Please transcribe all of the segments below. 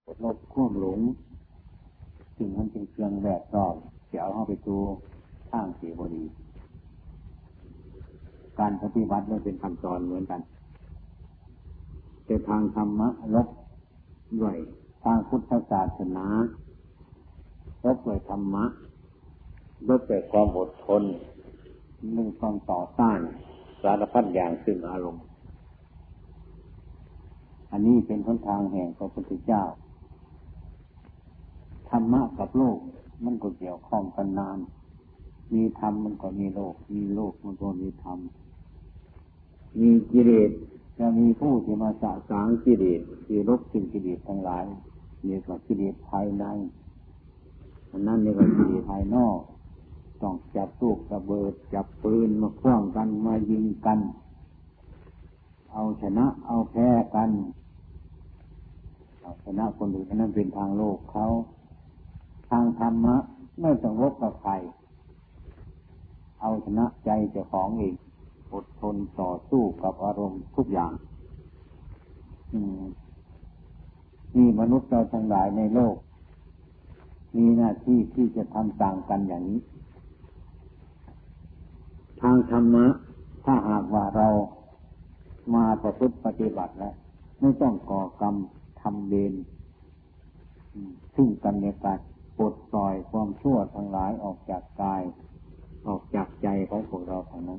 ลบความหลงสิ่งมันเป็นเครื่องแวดล้อมเสียเอาไปดูทางเสียบดีการปฏิบัติมันเป็นคำสอนเหมือนกันแต่ทางธรรมะลบด้วยทางพุทธศาสนาลบด้วยธรรมะลบด้วยความอดทนหนึ่งต้องต่อต้านสารพัดอย่างซึ่งอารมณ์อันนี้เป็นหนทางแห่งพระพุทธเจ้าธรรมะกับโลกมันก็เกี่ยวข้องกันนานมีธรรมมันก็มีโลกมีโลกมันก็มีธรรมมีกิเลสจะมีผู้ที่มาสะสางกิเลสที่ลบสิ่งกิเลสทั้งหลายเรียกว่ากิเลสภายในอันนั้นเรียกว่ากิเลสภายนอกต้องจับลูกระเบิดจับปืนมาคว้างกันมายิงกันเอาชนะเอาแพ้กันเอาชนะคนอื่นนั้นเป็นทางโลกเขาทางธรรมะไม่ต้องรบกับใครเอาชนะใจเจ้าของเองอดทนต่อสู้กับอารมณ์ทุกอย่างนี่มนุษย์เราทั้งหลายในโลกมีหน้าที่ที่จะทำต่างกันอย่างนี้ทางธรรมะถ้าหากว่าเรามาประพฤติปฏิบัติแล้วไม่ต้องก่อกรรมทำเวรซึ่งกันและกันปลดปล่อยความชั่วทั้งหลายออกจากกายออกจากใจของพวกเราทั้งนั้น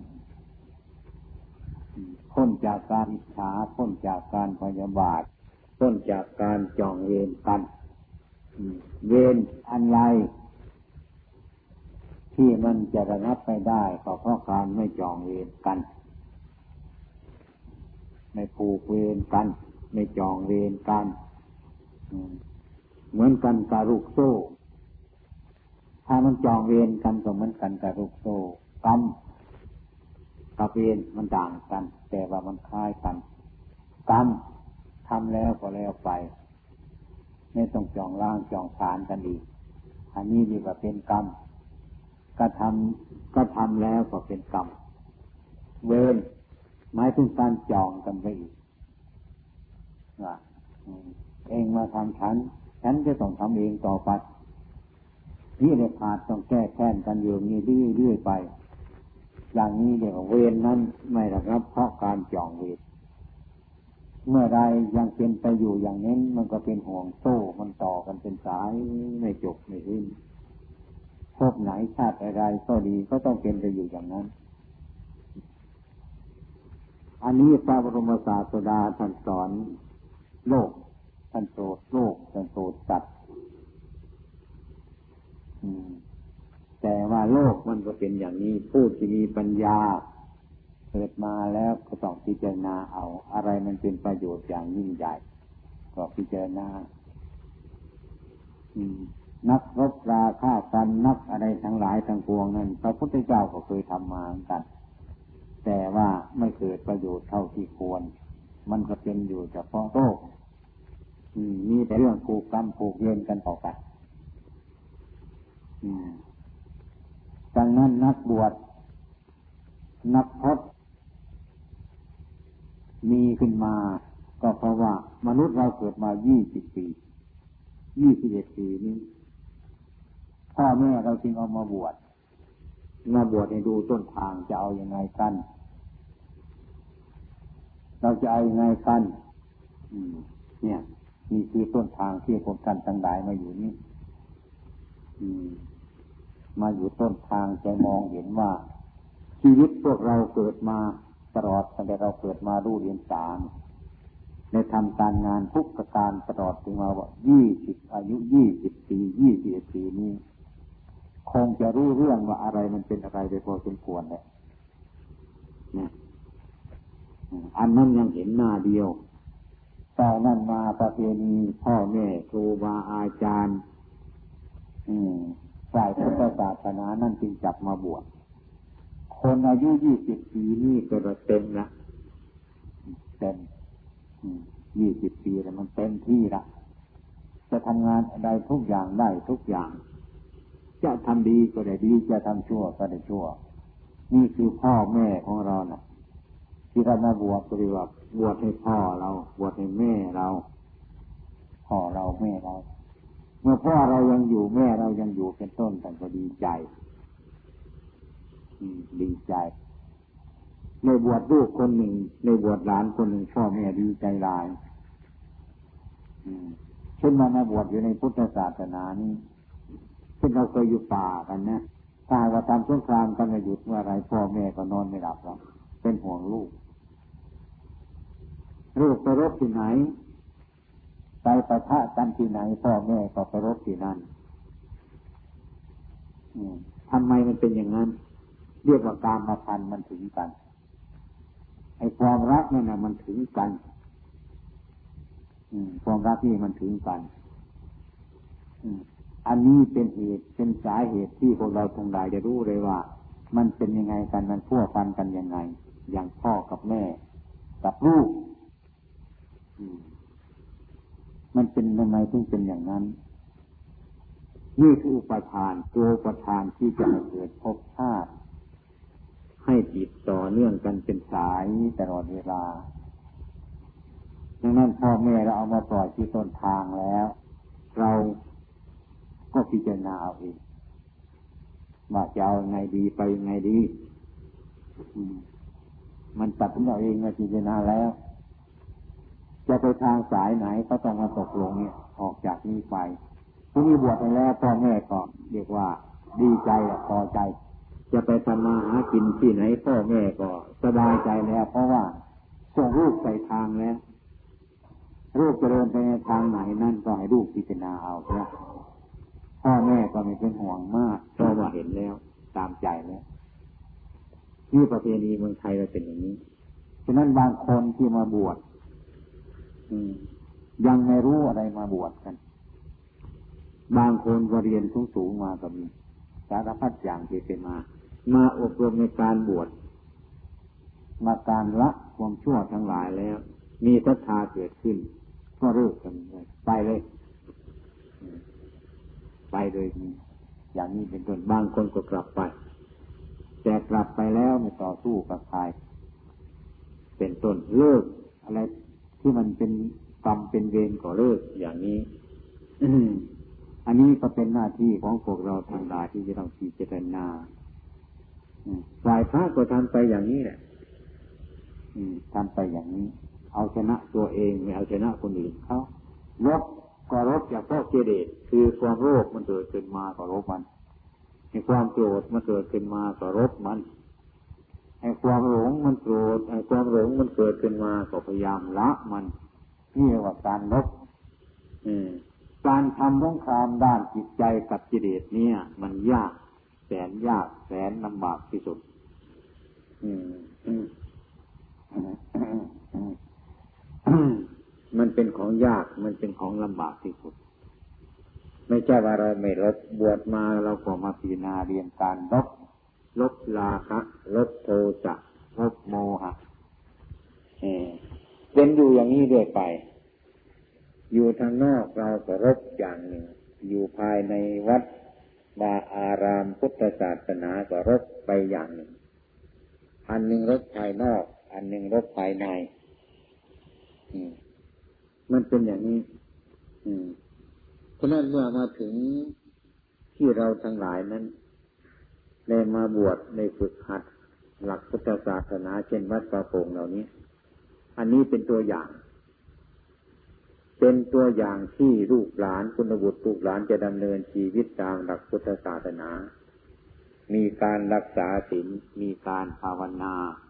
พ้นจากการอิจฉาพ้นจากการพยาบาทพ้นจากการจองเวรกันเวรอันไรที่มันจะระงับไปได้ก็เพราะการไม่จองเวรกันไม่ผูกเวรกันไม่จองเวรกันเหมือนกันกับลูกโซ่ถ้ามันจองเวรกันก็เหมือนกันกับลูกโซ่กรรมกับเวรมันต่างกันแต่ว่ามันคล้ายกันกรรมทำแล้วก็แล้วไปไม่ต้องจองล้างจองผลาญกันอีกอันนี้ดีกว่าเป็นกรรมก็ทำแล้วก็เป็นกรรมเวรหมายถึงการจองกันไปอีกว่าเองมาทำฉันจะต้องทำเองต่อไปนี่เลยขาดต้องแก้แค้นกันอยู่นี่เรื่อยไปอย่างนี้เดี๋ยวเวรนั้นไม่ระงับเพราะการจองเวรเมื่อใดยังเป็นไปอยู่อย่างนี้มันก็เป็นห่วงโซ่มันต่อกันเป็นสายไม่จบไม่สิ้นพบไหนชาติอะไรก็ดีก็ต้องเป็นไปอยู่อย่างนั้นอันนี้พระบรมศาสดาท่านสอนโลกท่านโปรดโลกท่านโปรดสัตว์แต่ว่าโลกมันก็เป็นอย่างนี้ผู้ที่มีปัญญาเกิดมาแล้วก็ต้องพิจารณาเอาอะไรมันเป็นประโยชน์อย่างยิ่งใหญ่ก็พิจารณานักรบราฆ่ากันนักอะไรทั้งหลายทั้งปวงนั้นพระพุทธเจ้าก็เคยทำมาเหมือนกันแต่ว่าไม่เกิดประโยชน์เท่าที่ควรมันก็เป็นอยู่เฉพาะโลกมีแต่เรื่องผูกกรรมผูกเวรกันต่อไปดังนั้นนักบวชนักพรตมีขึ้นมาก็เพราะว่ามนุษย์เราเกิดมา20 ปี21 ปีนี้พ่อแม่เราจึงเอามาบวชให้ดูต้นทางจะเอายังไงกันเราจะเอายังไงกันเนี่ยนี่คือต้นทางที่พวกท่านทั้งหลายมาอยู่นี่มาอยู่ต้นทางจะมองเห็นว่าชีวิตพวกเราเกิดมาตลอดตั้งแต่เราเกิดมารู้เรียนสามในทำการงานทุกประการตลอดถึงมาว่าอายุ20 ปี21 ปีนี้คงจะรู้เรื่องว่าอะไรมันเป็นอะไรไปพอสมควรเลยนะอันนั้นยังเห็นหน้าเดียวแต่นั้นมาประเพณีพ่อแม่ครูบาอาจารย์ฝ่ายพุทธศาสนานั่นจึงจับมาบวชคนอายุ20 ปีนี่ก็เต็มละเต็ม20 ปีแล้วมันเต็มที่ละจะทำงานอะไรทุกอย่างได้ทุกอย่างจะทำดีก็ได้ดีจะทำชั่วก็ได้ชั่วนี่คือพ่อแม่ของเรานะที่เรามาบวชก็เรียกว่าบวชให้พ่อเราบวชให้แม่เราพ่อเราแม่เราเมื่อพ่อเรายังอยู่แม่เรายังอยู่เป็นต้นกันก็ดีใจดีใจในบวชลูกคนหนึ่งในบวชหลานคนหนึ่งพ่อแม่ดีใจหลายเช่นมาบวชอยู่ในพุทธศาสนานี้เช่นเราเคยอยู่ป่ากันนะถ้าว่าทำสงครามกันหยุดเมื่อไรพ่อแม่ก็นอนไม่หลับหรอกเป็นห่วงลูกไปรบที่ไหนไปปะทะกันที่ไหนพ่อแม่ก็ไปรบที่นั่นทำไมมันเป็นอย่างนั้นเรียกว่ากามพันธ์มันถึงกันไอ้ความรักนั่นน่ะมันถึงกันความรักนี่มันถึงกันอันนี้เป็นเหตุเป็นสาเหตุที่พวกเราทั้งหลายจะรู้เลยว่ามันเป็นยังไงกันมันพัวพันกันยังไงอย่างพ่อกับแม่กับลูกมันเป็นทำไมถึงเป็นอย่างนั้นนี่คืออุปทานตัวอุปทานที่จะให้เกิดภพชาติให้ติดต่อเนื่องกันเป็นสายตลอดเวลาดังนั้นพ่อแม่เราเอามาปล่อยที่ต้นทางแล้วเราก็พิจารณาเอาเองว่าจะเอาไงดีไปไงดีมันตัดสินเอาเองมาพิจารณาแล้วจะไปทางสายไหนก็ต้องมาตกลงเนี่ยออกจากนี้ไปผู้มีบวชไปแล้วพ่อแม่ก็เรียกว่าดีใจและพอใจจะไปทำมาหากินที่ไหนพ่อแม่ก็สบายใจแล้วเพราะว่าส่งลูกไปทางแล้วลูกจะเดินไปในทางไหนนั่นก็ให้ลูกพิจารณาเอาเถอะพ่อแม่ก็ไม่เป็นห่วงมากเพราะว่าเห็นแล้วตามใจแล้วนี่ประเพณีเมืองไทยเราเป็นอย่างนี้ฉะนั้นบางคนที่มาบวชยังไม่รู้อะไรมาบวชกันบางคนก็เรียนสูงมาก็มีสารพัดอย่างที่เป็นมาอบรมในการบวชมาการละความชั่วทั้งหลายแล้วมีศรัทธาเกิดขึ้นก็เลิกกันเลยไปเลยอย่างนี้เป็นต้นบางคนก็กลับไปแต่กลับไปแล้วไม่ต่อสู้กับใครเป็นต้นเลิกอะไรที่มันเป็นกรรมเป็นเวรก็เลิกอย่างนี้อันนี้ก็เป็นหน้าที่ของพวกเราทั้งหลายที่จะต้องพิจารณาฝ่ายพระก็ทำไปอย่างนี้แหละทำไปอย่างนี้เอาชนะตัวเองไม่เอาชนะคนอื่นเขาลบก็ลบจากพวกกิเลสคือความโลภมันเกิดขึ้นมาก็ลบมันให้ความโกรธมันเกิดขึ้นมาก็ลบมันให้ความหลงมันโกรธให้ความหลงมันเกิดขึ้นมาก็พยายามละมันนี่เรียกว่าการลบการทำสงครามด้านจิตใจกับกิเลสเนี่ยมันยากแสนยากแสนลำบากที่สุดมันเป็นของยากมันเป็นของลำบากที่สุดไม่ใช่ว่าเราไม่ลบบวชมาเราก็มาพิจารณาเรียนการลบราคะลบโทสะลบโมหะเป็นอยู่อย่างนี้เรื่อยไปอยู่ทางนอกเราก็ลบอย่างหนึ่งอยู่ภายในวัดวาอารามพุทธศาสนาก็ลบไปอย่างหนึ่งอันหนึ่งลบภายนอกอันหนึ่งลบภายในมันเป็นอย่างนี้เพราะนั้นเมื่อมาถึงที่เราทั้งหลายนั้นได้มาบวชในฝึกหัดหลักพุทธศาสนาเช่นวัดป่าโป่งเหล่านี้อันนี้เป็นตัวอย่างที่ลูกหลานคุณบุตรลูกหลานจะดำเนินชีวิตตามหลักพุทธศาสนามีการรักษาศีลมีการภาวนา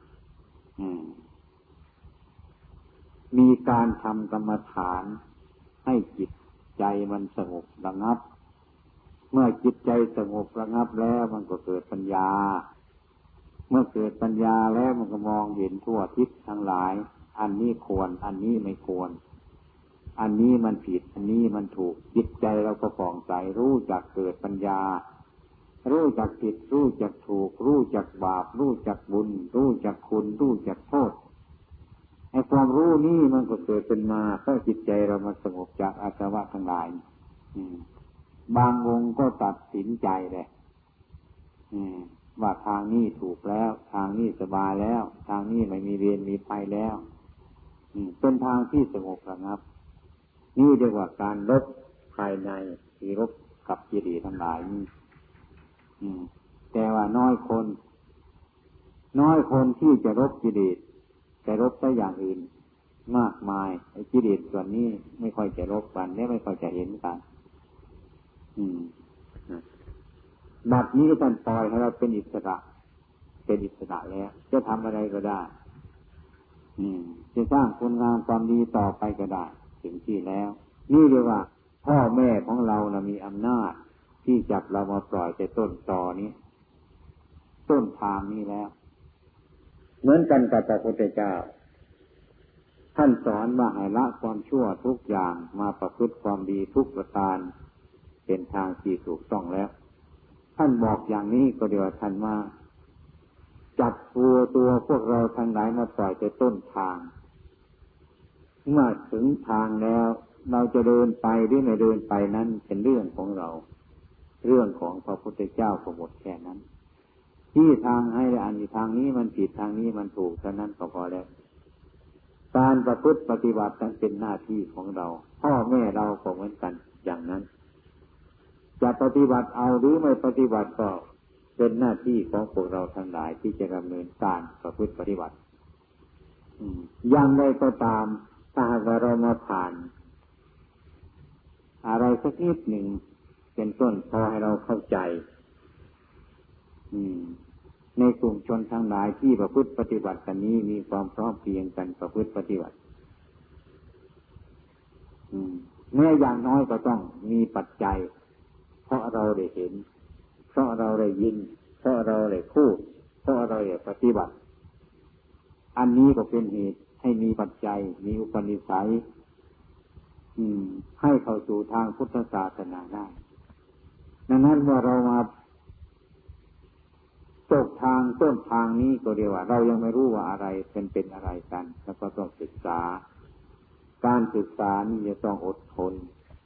มีการทำกรรมฐานให้จิตใจมันสงบระงับเมื่อจิตใจสงบระงับแล้วมันก็เกิดปัญญาเมื่อเกิดปัญญาแล้วมันก็มองเห็นทั่วทิศทั้งหลายอันนี้ควรอันนี้ไม่ควรอันนี้มันผิดอันนี้มันถูกจิตใจเราก็ผ่องใสรู้จักเกิดปัญญารู้จักผิดรู้จักถูกรู้จักบาปรู้จักบุญรู้จักคุณรู้จักโทษไอ้ความรู้นี่มันก็เกิดขึ้นมาเพราะจิตใจเรามันสงบจากอาสวะทั้งหลายบางองค์ก็ตัดสินใจเลยว่าทางนี้ถูกแล้วทางนี้สบายแล้วทางนี้ไม่มีเวรมีภัยแล้วเป็นทางที่สงบระงับนี่เรียกว่าการลบภายในที่ลบกับกิเลสทั้งหลายนี่แต่ว่าน้อยคนที่จะลบกิเลสแต่ลบแต่อย่างอื่นมากมายไอ้กิเลสส่วนนี้ไม่ค่อยจะลบกันและไม่ค่อยจะเห็นกันบัดนี้ท่านปล่อยให้เราเป็นอิสระแล้วจะทำอะไรก็ได้จะสร้างคุณงามความดีต่อไปก็ได้ถึงที่แล้วนี่เรียกว่าพ่อแม่ของเรานะมีอำนาจที่จับเรามาปล่อยแต่ต้นตอนี้ต้นทางนี้แล้วเหมือนกันกับพระพุทธเจ้าท่านสอนว่าให้ละความชั่วทุกอย่างมาประพฤติความดีทุกประการเป็นทางที่ถูกต้องแล้วท่านบอกอย่างนี้ก็เดี๋ยวท่านมาจับตัวพวกเราทั้งหลายมาปล่อยแต่ต้นทางเมื่อถึงทางแล้วเราจะเดินไปหรือไม่เดินไปนั้นเป็นเรื่องของเราเรื่องของพระพุทธเจ้าก็หมดแค่นั้นที่ทางให้อันที่ทางนี้มันผิดทางนี้มันถูกเท่านั้นก็พอแล้วการประพฤติปฏิบัตินั้นเป็นหน้าที่ของเราพ่อแม่เราก็เหมือนกันอย่างนั้นจะปฏิบัติเอาหรือไม่ปฏิบัติก็เป็นหน้าที่ของพวกเราทั้งหลายที่จะดำเนินการประพฤติปฏิบัติอย่างไรก็ตามถ้าหากว่าเรามาผ่านอะไรสักนิดหนึ่งเป็นต้นพอให้เราเข้าใจในกลุ่มชนทั้งหลายที่ประพฤติปฏิบัติกันนี้มีความพร้อมเพรียงกันประพฤติปฏิบัติแม้อย่างน้อยก็ต้องมีปัจจัยเพราะเราได้เห็นเพราะเราได้ยินเพราะเราได้พูดเพราะเราได้ปฏิบัติอันนี้ก็เป็นเหตุให้มีปัจจัยมีอุปนิสัยให้เข้าสู่ทางพุทธศาสนาได้ดังนั้นเมื่อเรามาตกทางต้นทางนี้ก็เรียกว่าเรายังไม่รู้ว่าอะไรเป็นอะไรกันแล้วก็ต้องศึกษาการศึกษานี่จะต้องอดทน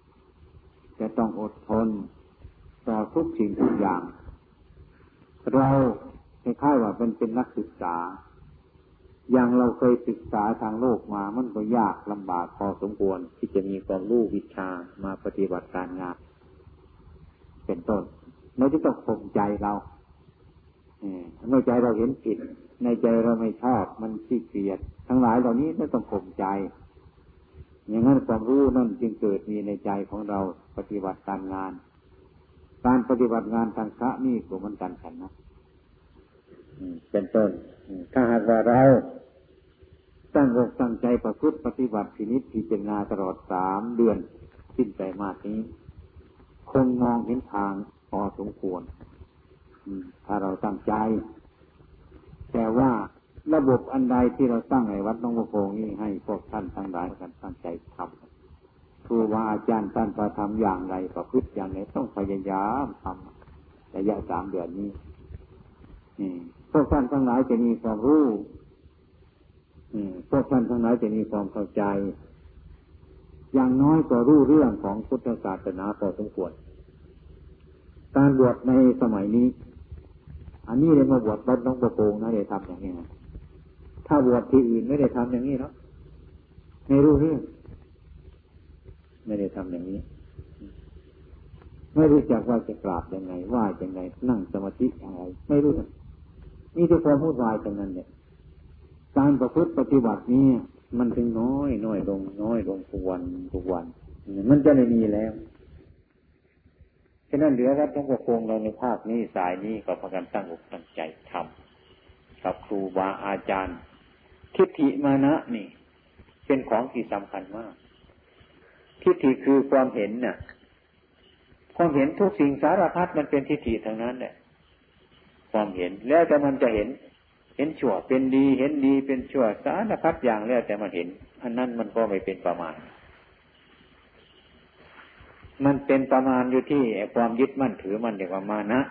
ต่อทุกสิ่งทุกอย่างเราคล้ายๆว่าเป็นนักศึกษาอย่างเราเคยศึกษาทางโลกมามันก็ยากลำบากพอสมควรที่จะมีความรู้วิชามาปฏิบัติการงานเป็นต้นเราจะต้องข่มใจเราในใจเราเห็นผิดในใจเราไม่ชอบมันขี้เกียจทั้งหลายเหล่านี้ไม่ต้องข่มใจอย่างนั้นความรู้นั่นจึงเกิดมีในใจของเราปฏิบัติการงานการปฏิบัติงานทางพระนี่ก็เหมือนกันนะเป็นต้นถ้าหากว่าเราตั้งอกตั้งใจประพฤติปฏิบัติพินิจพิจารณาตลอด3 เดือนสิ้นไตรมาสนี้คงมองเห็นทางพอสมควรถ้าเราตั้งใจแต่ว่าระบบอันใดที่เราตั้งในวัดหนองบัวโพนี้ให้พวกท่านทั้งหลายกันตั้งใจทำครูบาอาจารย์ท่านประทำอย่างไรประพฤติอย่างไรต้องพยายามทำระยะ3 เดือนนี้พวกท่านทั้งหลายจะมีความรู้พวกท่านทั้งหลายจะมีความเข้าใจอย่างน้อยก็รู้เรื่องของพุทธศาสนาพอสมควรการบวชในสมัยนี้อันนี้เรียกว่าบวชวัดหนองบัวโพนะได้ทำอย่างนี้นะถ้าบวชที่อื่นไม่ได้ทำอย่างนี้เนาะไม่รู้เรื่องไม่ได้ทำอย่างนี้ไม่รู้จักว่าจะกราบยังไงไหว้ยังไงนั่งสมาธิยังไงไม่รู้นี่คือความวุ่นวายตรงนั้นเนี่ยการประพฤติปฏิบัตินี้มันถึงน้อยลงทุกวันมันจะไม่มีแล้วฉะนั้นเหลือวัดหนองบัวโพเราในภาคนี้สายนี้ก็พากันตั้งอกตั้งใจทำกับครูบาอาจารย์ทิฏฐิมานะนี่เป็นของที่สำคัญมากทิฏฐิคือความเห็นน่ะความเห็นทุกสิ่งสารพัดมันเป็นทิฏฐิทั้งนั้นแหละความเห็นแล้วแต่มันจะเห็นชั่วเป็นดีเห็นดีเป็นชั่วสารพัดอย่างแล้วแต่มันเห็นอันนั้นมันก็ไม่เป็นประมาณมันเป็นประมาณอยู่ที่ความยึดมั่นถือมั่นเรียกว่ามานะ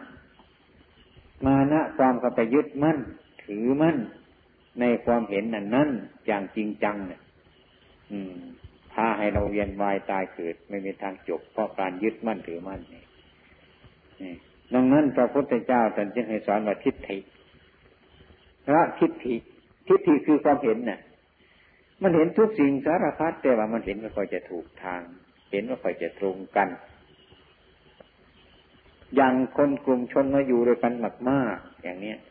ความเข้าไปยึดมั่นถือมั่นในความเห็นนั้นอย่างจริงจังเนี่ยพาให้เราเวียนว่ายตายเกิดไม่มีทางจบเพราะการยึดมั่นถือมั่นนี่ดังนั้นพระพุทธเจ้าท่านจึงให้สอนว่าทิฏฐิละทิฏฐิคือความเห็นน่ะมันเห็นทุกสิ่งสารพัดแต่ว่ามันเห็นไม่ค่อยจะถูกทางเห็นว่าค่อยจะตรงกันอย่างคนกลุ่มชนมาอยู่ด้วยกันมากๆอย่างเนี้ย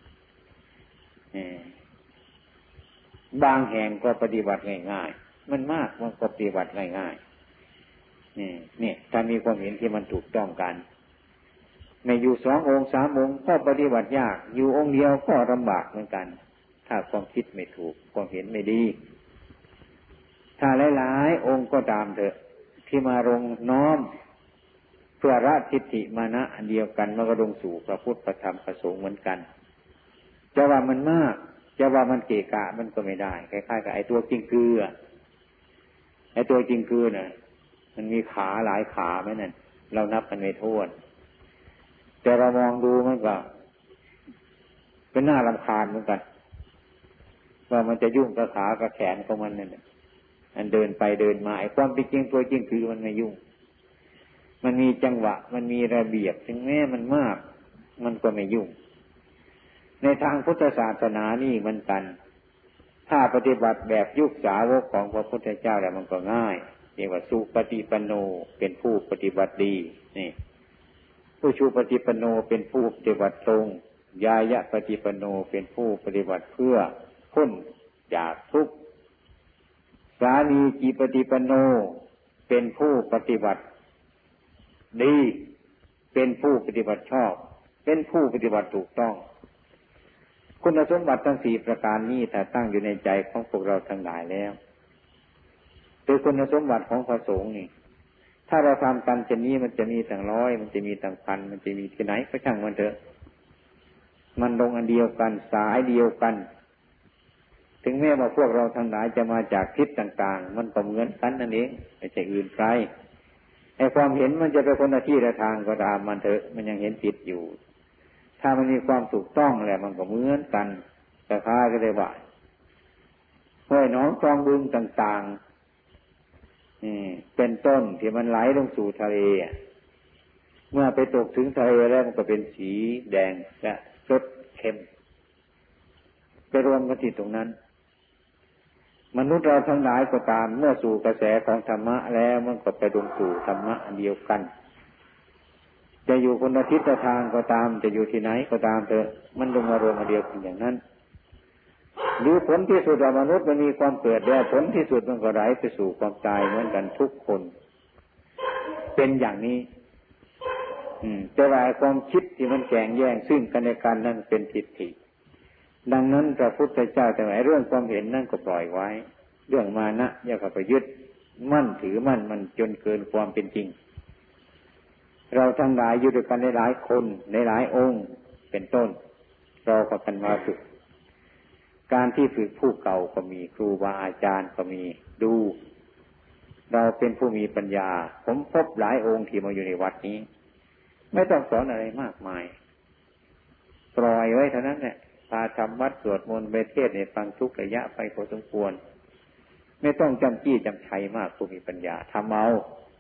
บางแห่งก็ปฏิบัติง่ายๆมันมากมันก็ปฏิบัติง่ายๆเนี่ยถ้ามีความเห็นที่มันถูกต้องกันไม่อยู่2 องค์ 3 องค์ก็ปฏิบัติยากอยู่องค์เดียวก็ลำบากเหมือนกันถ้าความคิดไม่ถูกความเห็นไม่ดีถ้าหลายๆองค์ก็ตามเถอะที่มาลงน้อมเพื่อละทิฏฐิมานะอันเดียวกันมันก็ลงสู่พระพุทธพระธรรมพระสงฆ์เหมือนกันจะว่ามันมากจะว่ามันเกะกะมันก็ไม่ได้คล้ายๆกับไอ้ตัวจริงคือไอ้ตัวจริงคือน่ะมันมีขาหลายขาไหมนั่นเรานับกันไม่ถ้วนแต่เรามองดูมันก็เป็นหน้ารำคาญเหมือนกันว่ามันจะยุ่งกับขากับแขนของมันนั่นอันเดินไปเดินมาไอ้ความเป็นจริงตัวจริงคือมันไม่ยุ่งมันมีจังหวะมันมีระเบียบถึงแม้มันมากมันก็ไม่ยุ่งในทางพุทธศาสนานี่เหมือนกันถ้าปฏิบัติแบบยุคสาวกของพระพุทธเจ้าแล้วมันก็ง่ายเรียกว่าสุปฏิปันโนเป็นผู้ปฏิบัติดีนี่ผู้ชูปฏิปันโนเป็นผู้ปฏิบัติตรงยายะปฏิปันโนเป็นผู้ปฏิบัติเพื่อพ้นจากทุกข์สามีจิปฏิปันโนเป็นผู้ปฏิบัติดีเป็นผู้ปฏิบัติชอบเป็นผู้ปฏิบัติถูกต้องคุณสมบัติทั้ง4ประการนี้ถ้าตั้งอยู่ในใจของพวกเราทั้งหลายแล้วโดยคุณสมบัติของพระสงฆ์นี่ถ้าเราทำกันเช่นนี้มันจะมีตั้งร้อยมันจะมีตั้งพันมันจะมีที่ไหนก็ช่างมันเถอะมันลงอันเดียวกันสายเดียวกันถึงแม้ว่าพวกเราทั้งหลายจะมาจากทิศต่างๆมันก็เหมือนกันนั่นเองไม่ใช่อื่นไกลไอ้ความเห็นมันจะไปคนละที่ละทางก็ตามมันเถอะมันยังเห็นผิดอยู่ถ้ามันมีความถูกต้องแหละมันก็เหมือนกันแต่ค้าก็ได้ว่าห้วยหนองคลองบึงต่างๆเป็นต้นที่มันไหลลงสู่ทะเลเมื่อไปตกถึงทะเลแล้วมันก็เป็นสีแดงและรสเค็มไปรวมกันที่ตรงนั้นมนุษย์เราทั้งหลายก็ตามเมื่อสู่กระแสของธรรมะแล้วมันก็ไปลงสู่ธรรมะอันเดียวกันจะอยู่คนละทิศละทางก็ตามจะอยู่ที่ไหนก็ตามเถอะมันลงมารวมอันเดียวกันอย่างนั้นหรือผลที่สุดมนุษย์มันมีความเกิดแล้วผลที่สุดมันก็ไหลไปสู่ความตายเหมือนกันทุกคนเป็นอย่างนี้แต่ว่าความคิดที่มันแข่งแย่งซึ่งกันและกันนั่นเป็นทิฏฐิดังนั้นพระพุทธเจ้าแต่ไหนเรื่องความเห็นนั่นก็ปล่อยไว้เรื่องมานะอย่าเข้าไปยึดมั่นถือมั่นมันจนเกินความเป็นจริงเราทั้งหลายอยู่ด้วยกันหลายคนหลายองค์เป็นต้นเราก็กันมาฝึกการที่ฝึกผู้เก่าก็มีครูบาอาจารย์ก็มีดูเราเป็นผู้มีปัญญาผมพบหลายองค์ที่มาอยู่ในวัดนี้ไม่ต้องสอนอะไรมากมายปล่อยไว้เท่านั้นแหละพาทำวัดสวดมนต์ไปเทศน์ให้ฟังทุกระยะไปพอสมควรไม่ต้องจำจี้จำชัยมากผู้มีปัญญาทำเอา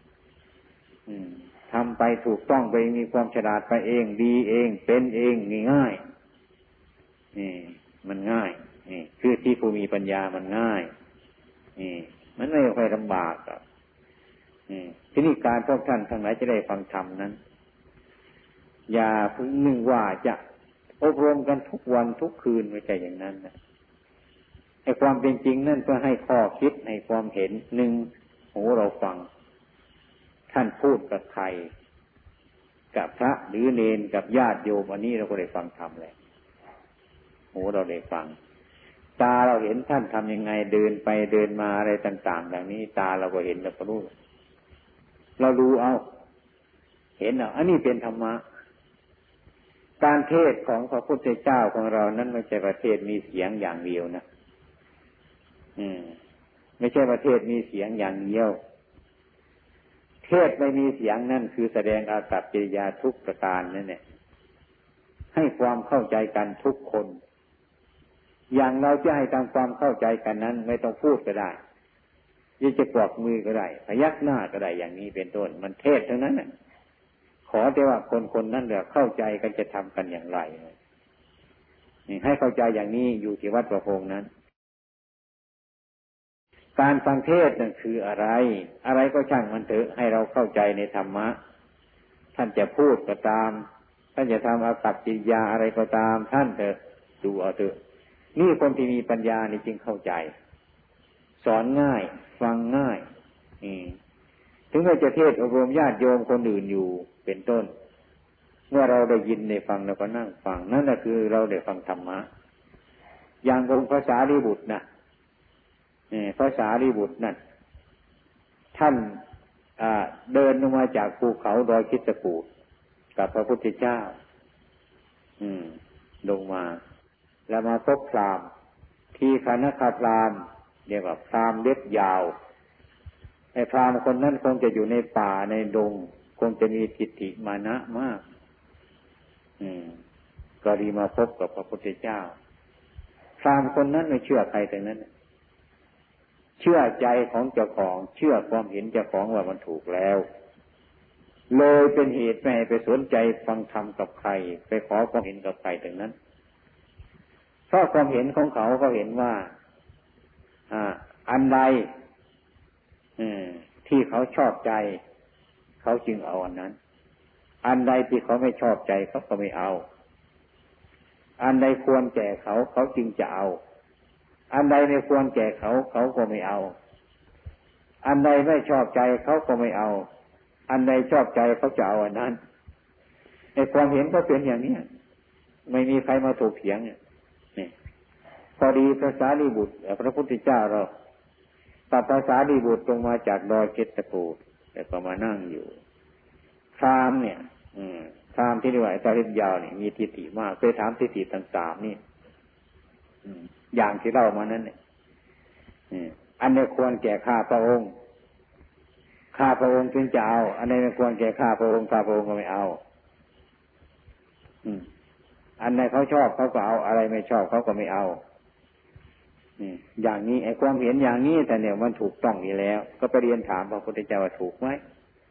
ทำไปถูกต้องไปมีความฉลาดไปเองดีเองเป็นเองง่ายนี่มันง่ายนี่คือที่ผู้มีปัญญามันง่ายนี่มันไม่ค่อยลำบากหรอกที่นี่การพวกท่านทั้งหลายจะได้ฟังธรรมนั้นอย่าเพิ่งนึกว่าจะอบรมกันทุกวันทุกคืนไม่ใช่อย่างนั้นนะไอ้ความเป็นจริงนั่นก็ให้ข้อคิดให้ความเห็นหนึ่งหูเราฟังท่านพูดกับใครกับพระหรือเณรกับญาติโยมอันนี้เราก็ได้ฟังธรรมเลยหูเราได้ฟังตาเราเห็นท่านทำยังไงเดินไปเดินมาอะไรต่างๆอย่างนี้ตาเราก็เห็นเราก็รู้เราดูเอาเห็นเอาอันนี้เป็นธรรมะการเทศของพระพุทธเจ้าของเรานั้นไม่ใช่ประเทศมีเสียงอย่างเดียวนะไม่ใช่ประเทศมีเสียงอย่างเดียวเทศไม่มีเสียงนั่นคือแสดงอากัปกิริยาทุกประการนั่นแหละให้ความเข้าใจกันทุกคนอย่างเราจะให้ทำความเข้าใจกันนั้นไม่ต้องพูดก็ได้ยิ่งจะกวักมือก็ได้พยักหน้าก็ได้อย่างนี้เป็นต้นมันเทศทั้งนั้นน่ะขอแต่ว่าคนนั้นเดี๋ยวเข้าใจกันจะทำกันอย่างไรนี่ให้เข้าใจอย่างนี้อยู่ที่วัดประพงนั้นการฟังเทศน์นั่นคืออะไรอะไรก็ช่างมันเถอะให้เราเข้าใจในธรรมะท่านจะพูดก็ตามท่านจะทำอากัปกิริยาอะไรก็ตามท่านเถอะดูเอาเถอะนี่คนที่มีปัญญานี่จึงเข้าใจสอนง่ายฟังง่ายถึงแม้จะเทศน์อบรมญาติโยมคนอื่นอยู่เป็นต้นเมื่อเราได้ยินได้ฟังเราก็นั่งฟังนั่นแหละคือเราได้ฟังธรรมะอย่างองค์พระสารีบุตรนะพระสารีบุตรนั่นท่านเดินลงมาจากภูเขาดอยคิชกูฏกับพระพุทธเจ้าลงมาแล้วมาพบพราหมณ์ทีฆนคพราหมณ์เรียกว่าพราหมณ์เล็บยาวไอ้พราหมณ์คนนั้นคงจะอยู่ในป่าในดงคงจะมีทิฏฐิมานะมากก็ดีมาพบกับพระพุทธเจ้าพราหมณ์คนนั้นไม่เชื่อใครแต่นั้นเชื่อใจของเจ้าของเชื่อความเห็นเจ้าของว่ามันถูกแล้วเลยเป็นเหตุไม่ให้ไปสนใจฟังธรรมกับใครไปขอความเห็นกับใครแต่นั้นเพราะความเห็นของเขาเห็นว่าอันใดที่เขาชอบใจเขาจึงเอาอันนั้นอันใดที่เขาไม่ชอบใจเขาก็ไม่เอาอันใดควรแก่เขาเขาจึงจะเอาอันใดไม่ควรแก่เขาเขาก็ไม่เอาอันใดไม่ชอบใจเขาก็ไม่เอาอันใดชอบใจเขาจะเอาอันนั้นในความเห็นก็เป็นอย่างนี้ไม่มีใครมาถกเถียงนี่พอดีพระสารีบุตรพระพุทธเจ้าเราตัดพระสารีบุตรลงมาจากดอยคิชกูฏแล้วก็มานั่งอยู่พราหมณ์เนี่ยพราหมณ์ที่เรียกว่าตาเล็บยาวนี่มีทิฏฐิมากไปถามทิฏฐิต่างๆนี่อย่างที่เล่ามานั้นเนี่ยอันนี้ควรแก่ข้าพระองค์ข้าพระองค์จึงจะเอาอันนี้ไม่ควรแก่ข้าพระองค์ข้าพระองค์ก็ไม่เอาอันไหนเขาชอบเขาก็เอาอะไรไม่ชอบเขาก็ไม่เอาอย่างนี้ไอ้ความเห็นอย่างนี้แต่เนี่ยมันถูกต้องอยู่แล้วก็ไปเรียนถามพระพุทธเจ้าว่าถูกไหม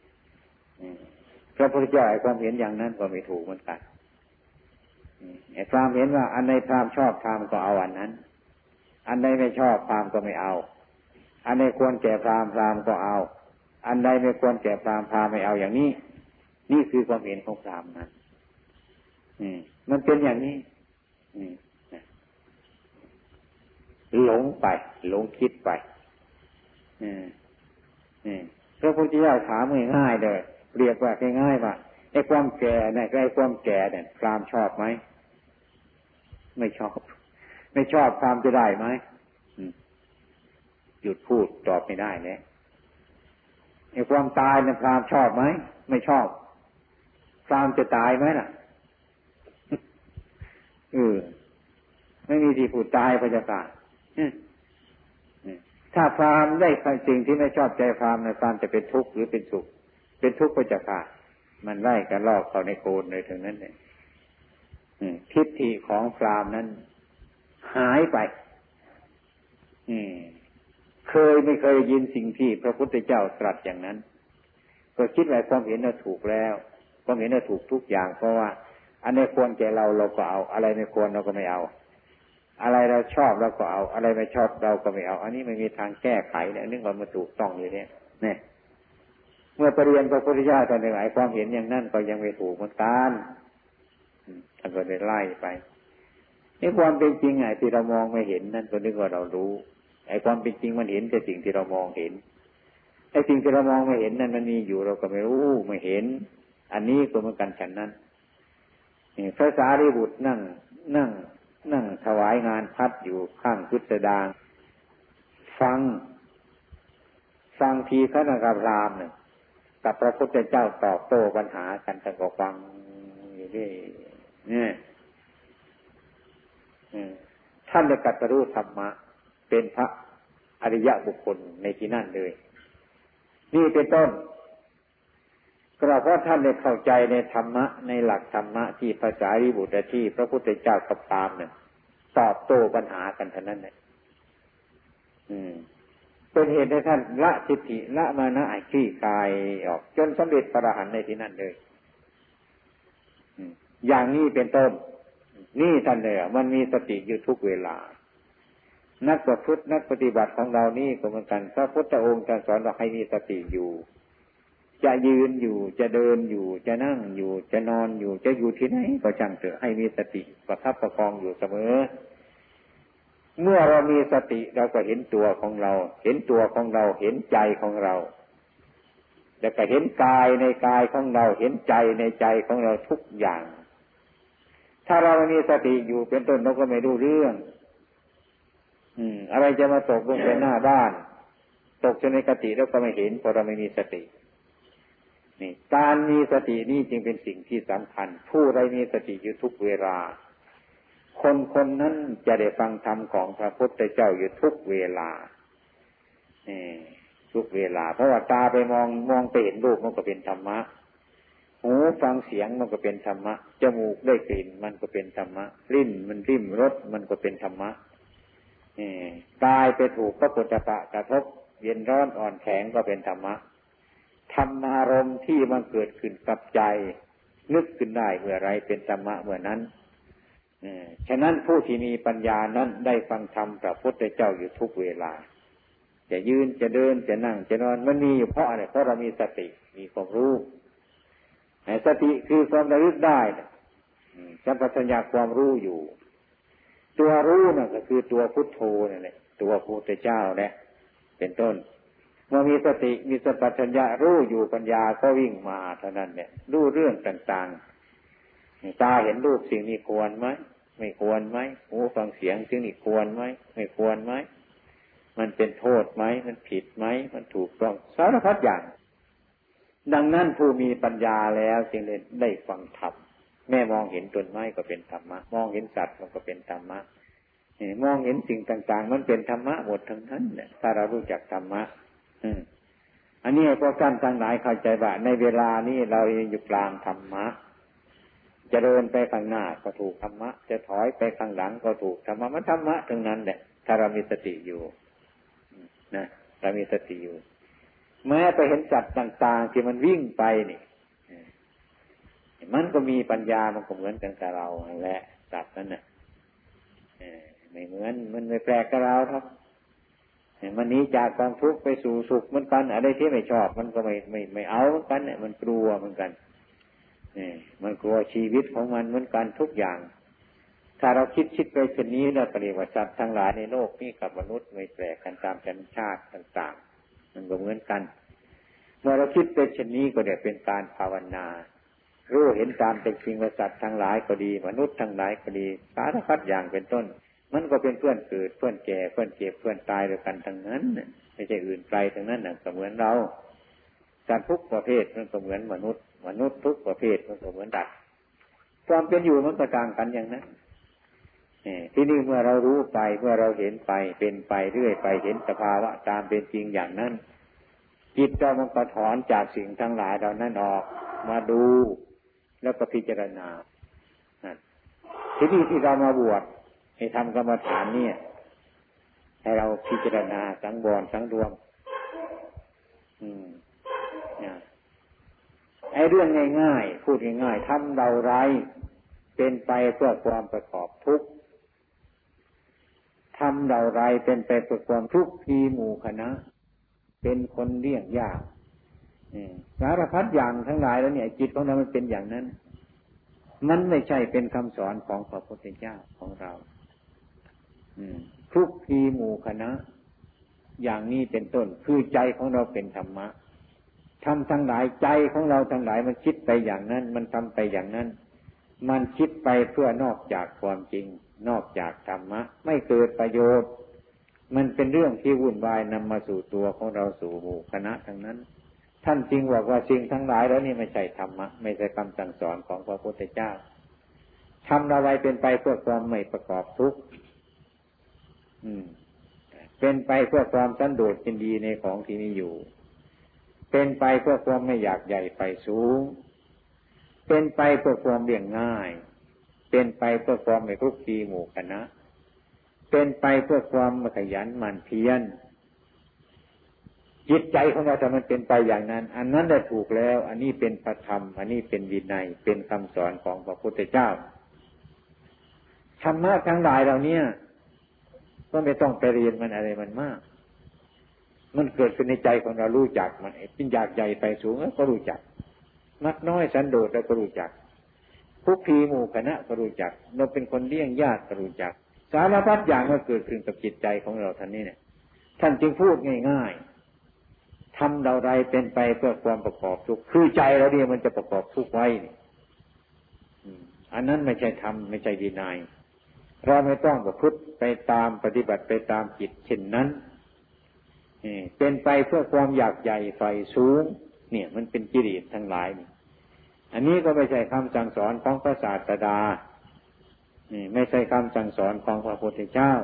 พระพุทธเจ้าไอ้ความเห็นอย่างนั้นก็ไม่ถูกเหมือนกันไอ้พราหมณ์เห็นว่าอันใดพราหมณ์ชอบพราหมณ์ก็เอาอันนั้นอันใดไม่ชอบพราหมณ์ก็ไม่เอาอันใดควรแก่พราหมณ์พราหมณ์ก็เอาอันใดไม่ควรแก่พราหมณ์พราหมณ์ไม่เอาอย่างนี้นี่คือความเห็นของพราหมณ์นั้นมันเป็นอย่างนี้หลงไปหลงคิดไปพระพุทธเจ้าถามง่ายๆเลยเรียกว่าง่ายๆว่าไอ้ความแก่เนี่ยไอ้ความแก่เนี่ยพราหมณ์ชอบไหมไม่ชอบไม่ชอบพราหมณ์จะได้ไหมหยุดพูดตอบไม่ได้เนี่ยไอ้ความตายเนี่ยพราหมณ์ชอบไหมไม่ชอบพราหมณ์จะตายไหมล่ะไม่มีที่พูดตายพระเจ้าค่ะถ้าพราหมณ์ได้สิ่งที่ไม่ชอบใจพราหมณ์ในพราหมณ์จะเป็นทุกข์หรือเป็นสุขเป็นทุกข์พระเจ้าค่ะมันไล่กันลอกเข้าในโกนเลยถึงนั้นเนี่ยทิฏฐิของพราหมณ์นั้นหายไปไม่เคยยินสิ่งที่พระพุทธเจ้าตรัสอย่างนั้นก็คิดว่าความเห็นน่ะถูกแล้วความเห็นน่ะถูกทุกอย่างเพราะว่าอันนี้ควรแก่เราก็เอาอะไรไม่ควรเราก็ไม่เอาอะไรเราชอบเราก็เอาอะไรไม่ชอบเราก็ไม่เอาอันนี้ไม่มีทางแก้ไขเนี่ยนึกว่ามันถูกต้องอยู่เนี่ยเมื่อปริญญาพระพุทธเจ้าตอนหนึ่งไอ้ความเห็นอย่างนั้นก็ยังไม่ถูกเหมือนกันท่านก็ได้ไล่ไปนี่ความเป็นจริงไอ้ที่เรามองไม่เห็นนั่นก็นึกว่าเรารู้ไอ้ความเป็นจริงมันเห็นแต่สิ่งที่เรามองเห็นไอ้สิ่งที่เรามองไม่เห็นนั่นมันมีอยู่เราก็ไม่รู้ไม่เห็นอันนี้ก็เหมือนกันฉันนั้นพระสารีบุตรนั่งถวายงานพัดอยู่ข้างพุทธดางฟังทีฆนคพราหมณ์เนี่ยกับพระพุทธเจ้าตอบโต้ปัญหากันแต่ก็ฟังอยู่ด้วยเนี่ยท่านได้ตรัสรู้ธรรมะเป็นพระอริยบุคคลในที่นั่นเลยนี่เป็นต้นก็เพราะท่านได้เข้าใจในธรรมะในหลักธรรมะที่พระสารีบุตรที่พระพุทธเจ้ากับพราหมณ์เนี่ยตอบโต้ปัญหากันเท่านั้นแหละเป็นเหตุให้ท่านละทิฏฐิละมานะคลี่คลายออกจนสำเร็จพระอรหันต์ในที่นั่นเลยอย่างนี้เป็นต้นนี่ท่านเลยมันมีสติอยู่ทุกเวลานักประพฤตินักปฏิบัติของเรานี่ก็เหมือนกันพระพุทธองค์สอนว่าให้มีสติอยู่จะยืนอยู่จะเดินอยู่จะนั่งอยู่จะนอนอยู่จะอยู่ที่ไหนก็ช่างเถอะให้มีสติประคับประคองอยู่เสมอเมื่อเรามีสติเราก็เห็นตัวของเราเห็นตัวของเราเห็นใจของเราแล้วก็เห็นกายในกายของเราเห็นใจในใจของเราทุกอย่างถ้าเราไม่มีสติอยู่เป็นต้นเราก็ไม่รู้เรื่องอะไรจะมาตกลงไปหน้าบ้านตกในกติแล้วก็ไม่เห็นเพราะเราไม่มีสตินี่การมีสตินี่จึงเป็นสิ่งที่สำคัญผู้ใดมีสติอยู่ทุกเวลาคนนั้นจะได้ฟังธรรมของพระพุทธเจ้าอยู่ทุกเวลาทุกเวลาเพราะว่าตาไปมองไปเห็นรูปมันก็เป็นธรรมะหูฟังเสียงมันก็เป็นธรรมะจมูกได้กลิ่นมันก็เป็นธรรมะลิ้นมันริมรสมันก็เป็นธรรมะกายไปถูกพระปุถะกระทบเย็นร้อนอ่อนแข็งก็เป็นธรรมะธรรมารมณ์ที่มันเกิดขึ้นกับใจนึกขึ้นได้เมื่อไรเป็นธรรมะเมื่อนั้นฉะนั้นผู้ที่มีปัญญานั้นได้ฟังธรรมพระพุทธเจ้าอยู่ทุกเวลาจะยืนจะเดินจะนั่งจะนอนมันมีอยู่เพราะอะไรเพราะเรามีสติมีความรู้สติคือความระลึกได้สัมปชัญญะความรู้อยู่ตัวรู้นั่นก็คือตัวพุทโธนั่นแหละตัวพระพุทธเจ้าแหละเป็นต้นเมื่อมีสติมีสัมปชัญญะรู้อยู่ปัญญาก็วิ่งมาเท่านั้นเนี่ยรู้เรื่องต่างๆตาเห็นรูปสิ่งนี้ควรไหมไม่ควรไหมหูฟังเสียงสิ่งนี้ควรไหมไม่ควรไหมมันเป็นโทษไหมมันผิดไหมมันถูกต้องสารพัดอย่างดังนั้นผู้มีปัญญาแล้วจึงได้ฟังธรรมแม่มองเห็นต้นไม้ก็เป็นธรรมะมองเห็นสัตว์มันก็เป็นธรรมะมองเห็นสิ่งต่างๆมันเป็นธรรมะหมดทั้งนั้นเนี่ยถ้าเรารู้จักธรรมะอันนี้พวกท่านทั้งหลายเข้าใจว่าในเวลานี้เราอยู่กลางธรรมะจะเดินไปข้างหน้าก็ถูกธรรมะจะถอยไปข้างหลังก็ถูกธรรมะมันธรรมะทั้งนั้นแหละถ้าเรามีสติอยู่นะเรามีสติอยู่แม้ไปเห็นสัตว์ต่างๆที่มันวิ่งไปนี่มันก็มีปัญญามันก็เหมือนกันกับเราแหละสัตว์นั้นน่ะไม่เหมือนมันไม่แปลกกับเราครับมันหนีจากความทุกข์ไปสู่สุขเหมือนกันอะไรที่ไม่ชอบมันก็ไม่เอาเหมือนกันเนี่ยมันกลัวเหมือนกันมันกลัวชีวิตของมันเหมือนกันทุกอย่างถ้าเราคิดไปเช่นนี้แล้วก็เรียกว่าสัตว์ทั้งหลายในโลกนี้กับมนุษย์ไม่แปลกกันตามชนชาติต่างๆมันก็เหมือนกันเมื่อเราคิดไปเช่นนี้ก็เรียกเป็นการภาวนารู้เห็นตามเป็นจริงว่าสัตว์ทั้งหลายก็ดีมนุษย์ทั้งหลายก็ดีสารพัดอย่างเป็นต้นมันก็เป็นเพื่อนเกิดเพื่อนแก่เพื่อนเจ็บเพื่อนตายด้วยกันทั้งนั้นไม่ใช่อื่นไกลทั้งนั้นน่ะก็เหมือนเราสัตว์ทุกประเภทมันก็เหมือนมนุษย์ทุกประเภทมันก็เหมือนสัตว์ความเป็นอยู่มันก็ต่างกันอย่างนั้นที่นี่เมื่อเรารู้ไปเมื่อเราเห็นไปเป็นไปเรื่อยไปเห็นสภาวะตามเป็นจริงอย่างนั้นจิตเรามันก็ถอนจากสิ่งทั้งหลายเหล่านั้นออกมาดูแล้วก็พิจารณาที่นี่ที่เรามาบวชให้ทำกรรมฐานเนี่ยให้เราพิจารณาสังวรสังรวมไอ้เรื่องง่ายๆพูดง่ายๆทำเราไรเป็นไปเพื่อความประกอบทุกข์ทำเราไรเป็นไปเพื่อความทุกข์มีหมู่คณะเป็นคนเลี้ยงยากสารพัดอย่างทั้งหลายแล้วเนี่ยจิตของเรามันเป็นอย่างนั้นมันไม่ใช่เป็นคำสอนของพระพุทธเจ้าของเราทุกทีหมู่คณะอย่างนี้เป็นต้นคือใจของเราเป็นธรรมะทำทั้งหลายใจของเราทั้งหลายมันคิดไปอย่างนั้นมันทำไปอย่างนั้นมันคิดไปเพื่อนอกจากความจริงนอกจากธรรมะไม่เกิดประโยชน์มันเป็นเรื่องที่วุ่นวายนำมาสู่ตัวของเราสู่หมู่คณะทั้งนั้นท่านจริงบอกว่าสิ่งทั้งหลายแล้วนี่ไม่ใช่ธรรมะไม่ใช่คำสั่งสอนของพระพุทธเจ้าทำอะไรเป็นไปเพื่อความไม่ประกอบทุกข์เป็นไปเพื่อความสันโดษยินดีในของที่มีอยู่เป็นไปเพื่อความไม่อยากใหญ่ไปสูงเป็นไปเพื่อความเรียงง่ายเป็นไปเพื่อความไม่ทุกข์ทีหมู่คณะเป็นไปเพื่อความขยันหมั่นเพียรจิตใจของเราถ้ามันเป็นไปอย่างนั้นอันนั้นได้ถูกแล้วอันนี้เป็นพระธรรมอันนี้เป็นวินัยเป็นคำสอนของพระพุทธเจ้าธรรมะทั้งหลายเหล่านี้ก็ไม่ต้องไปเรียนมันอะไรมันมากมันเกิดขึ้นในใจของเรารู้จักมันเป็นอยากใหญ่ไปสูงก็รู้จักมักน้อยสันโดษแล้วก็รู้จักคุกคีหมู่คณะก็รู้จักเราเป็นคนเลี้ยงญาติก็รู้จักสารพัดอย่างมันเกิดขึ้นกับจิตใจของเราท่านนี้เนี่ยท่านจึงพูดง่ายๆทำเราใดเป็นไปเพื่อความประกอบทุกข์คือใจเราเนี่ยมันจะประกอบทุกข์ไว้อันนั้นไม่ใช่ธรรมไม่ใช่วินัยเราไม่ต้องประพฤติไปตามปฏิบัติไปตามจิตเช่นนั้นเป็นไปเพื่อความอยากใหญ่ไฟสูงเนี่ยมันเป็นกิเลสทั้งหลายนี่อันนี้ก็ไม่ใช่คำสั่งสอนของพระศาสดาไม่ใช่คำสั่งสอนของพระพุทธเจ้า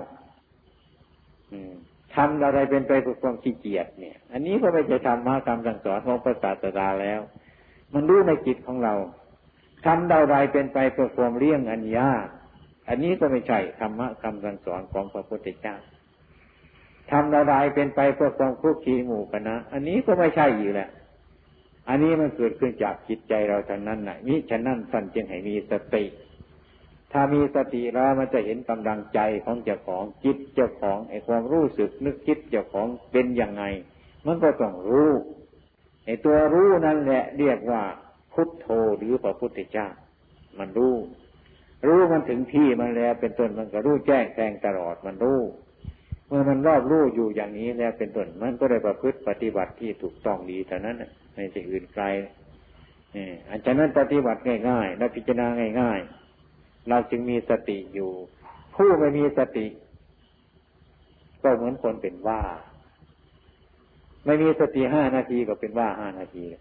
ทำอะไรเป็นไปเพื่อความขี้เกียจเนี่ยอันนี้ก็ไม่ใช่ธรรมะคำสั่งสอนของพระศาสดาแล้วมันรู้ในจิตของเราทำอะไรเป็นไปเพื่อความเลี่ยงอันยากอันนี้ก็ไม่ใช่ธรรมะคำสั่งสอนของพระพุทธเจ้าทำอะไรเป็นไปเพื่อความคุกคีหมู่คณะอันนี้ก็ไม่ใช่อยู่แหละอันนี้มันเกิดขึ้นจากจิตใจเราทั้งนั้นน่ะมิฉะนั้นท่านจึงให้มีสติถ้ามีสติแล้วมันจะเห็นกำลังใจของเจ้าของจิตเจ้าของไอ้ความรู้สึกนึกคิดเจ้าของเป็นยังไงมันก็ต้องรู้ไอ้ตัวรู้นั่นแหละเรียกว่าพุทโธหรือพระพุทธเจ้ามันรู้มันถึงที่มันแล้วเป็นต้นมันก็รู้แจ้งแทงตลอดมันรู้เมื่อมันรอบรู้อยู่อย่างนี้แล้วเป็นต้นมันก็ได้ประพฤติปฏิบัติที่ถูกต้องดีเท่านั้นไม่ใช่อื่นไกลอันฉะนั้นปฏิบัติง่ายๆและพิจารณาง่ายๆเราจึงมีสติอยู่ผู้ไม่มีสติก็เหมือนคนเป็นว่าไม่มีสติ5 นาทีก็เป็นว่า5 นาที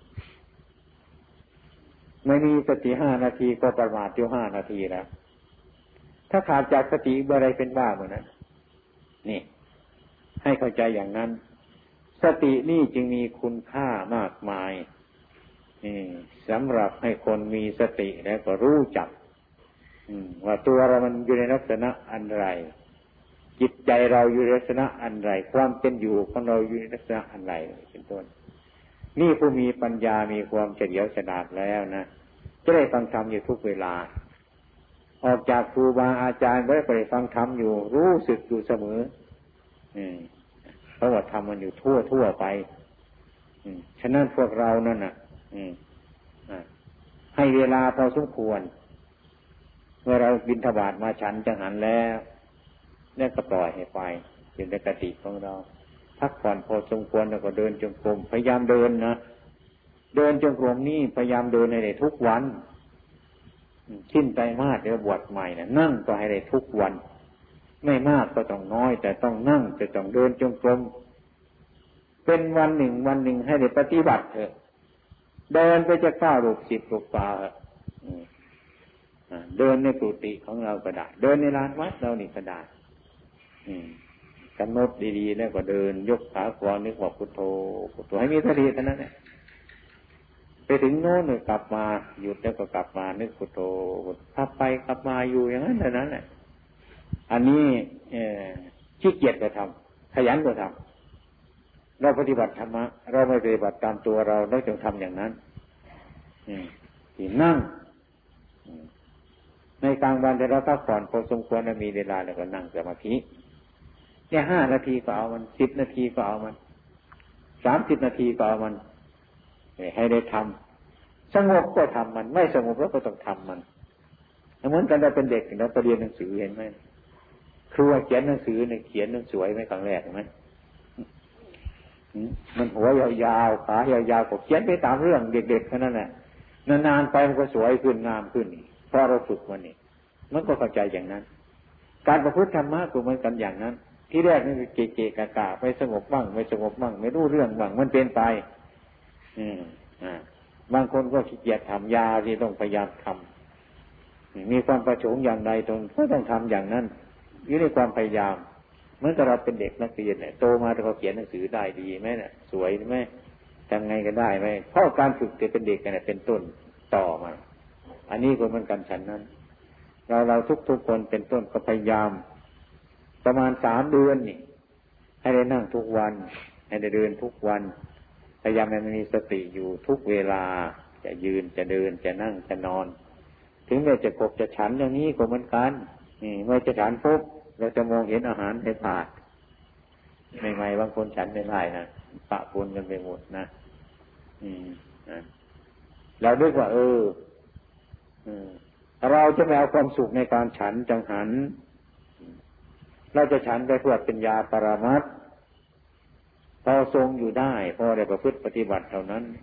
ไม่มีสติ5 นาทีก็ประมาทอยู่5 นาทีแล้วถ้าขาดจากสติเมื่อไรเป็นบ้าเมื่อนั้นนี่ให้เข้าใจอย่างนั้นสตินี่จึงมีคุณค่ามากมายสำหรับให้คนมีสติแล้วก็รู้จักว่าตัวเรามันอยู่ในลักษณะอันไรจิตใจเราอยู่ในลักษณะอันไรความเป็นอยู่ของเราอยู่ในลักษณะอันไรเป็นต้นนี่ผู้มีปัญญามีความเฉลียวฉลาดแล้วนะจะได้ฟังธรรมอยู่ทุกเวลาออกจากครูบาอาจารย์ก็ได้ฟังธรรมอยู่รู้สึกอยู่เสมอเพราะว่าธรรมมันอยู่ทั่วไปฉะนั้นพวกเรานั่นน่ะให้เวลาพอสมควรเมื่อเราบิณฑบาตมาฉันจังหันแล้วก็ปล่อยให้ไปอยู่ในกติของเราพักผ่อนพอสมควรแล้วก็เดินจงกรมพยายามเดินนะเดินจงกรมนี่พยายามเดินให้ได้ทุกวันสิ้นไตรมาสเดี๋ยวบวชใหม่นะนั่งก็ให้ได้ทุกวันไม่มากก็ต้องน้อยแต่ต้องนั่งจะต้องเดินจงกรมเป็นวันหนึ่งให้ได้ปฏิบัติเถอะเดินไปจะ9 ลูก10 ลูกป่าเดินในกุฏิของเราก็ได้เดินในลานวัดเรานี่ก็ได้กำหนดดีๆแล้วก็เดินยกขาขวานึกว่าพุทโธพุทโธให้มีสติเท่านั้นแหละไปถึงโน้นกลับมาหยุดแล้วก็กลับมานึกพุทโธขับไปกลับมาอยู่อย่างนั้นเท่านั้นแหละอันนี้ขี้เกียจก็ทำขยันก็ทำเราปฏิบัติธรรมะเราไม่ปฏิบัติตามตัวเราจงทำอย่างนั้นที่นั่งในกลางวันแต่เราพักผ่อนพอสมควรมีเวลาแล้วก็นั่งสมาธิเนี่ย5 นาทีก็เอามัน10 นาทีก็เอามัน30 นาทีก็เอามันให้ได้ทำสงบก็ทำมันไม่สงบแล้วก็ต้องทำมันเหมือนกันเราเป็นเด็กเราไปเรียนหนังสือเห็นไหมครูเขียนหนังสือเนี่ยเขียนสวยไหมครั้งแรกเห็นไหมมันหัวยาวๆขายาวๆก็เขียนไปตามเรื่องเด็กๆแค่นั้นแหละนานๆไปมันก็สวยขึ้นงามขึ้นเพราะเราฝึกมันนี่มันก็เข้าใจอย่างนั้นการประพฤติธรรมะก็เหมือนกันอย่างนั้นที่แรกนี่เกะๆกะๆไปสงบบ้างไม่สงบบ้างไม่รู้เรื่องบ้างมันเป็นไปบางคนก็ขี้เกียจทำยาที่ต้องพยายามทำมีความประสงค์อย่างใดตรงก็ต้องทำอย่างนั้นอยู่ในความพยายามเหมือนกับเราเป็นเด็กนักเรียนเนี่ยโตมาแต่เขาเขียนหนังสือได้ดีไหมเนี่ยสวยไหมทำไงก็ได้ไหมเพราะการฝึกแต่เป็นเด็กกันเนี่ยเป็นต้นต่อมาอันนี้ก็เหมือนกันฉันนั้นเราทุกคนเป็นต้นก็พยายามประมาณ3 เดือนนี่ให้ได้นั่งทุกวันให้ได้เดินทุกวันพยายามให้มีสติอยู่ทุกเวลาจะยืนจะเดินจะนั่งจะนอนถึงแม้จะขบจะฉันอย่างนี้ก็เหมือนกันเมื่อจะฉันปุ๊บเราจะมองเห็นอาหารในถาดใหม่ๆบางคนฉันไม่ได้นะปะปนกันไปหมดนะเราคิดว่าเราจะไม่เอาความสุขในการฉันจังหันเราจะฉันไปเพื่อเป็นยาปรามัตถ์พอทรงอยู่ได้พอได้ประพฤติปฏิบัติเท่านั้น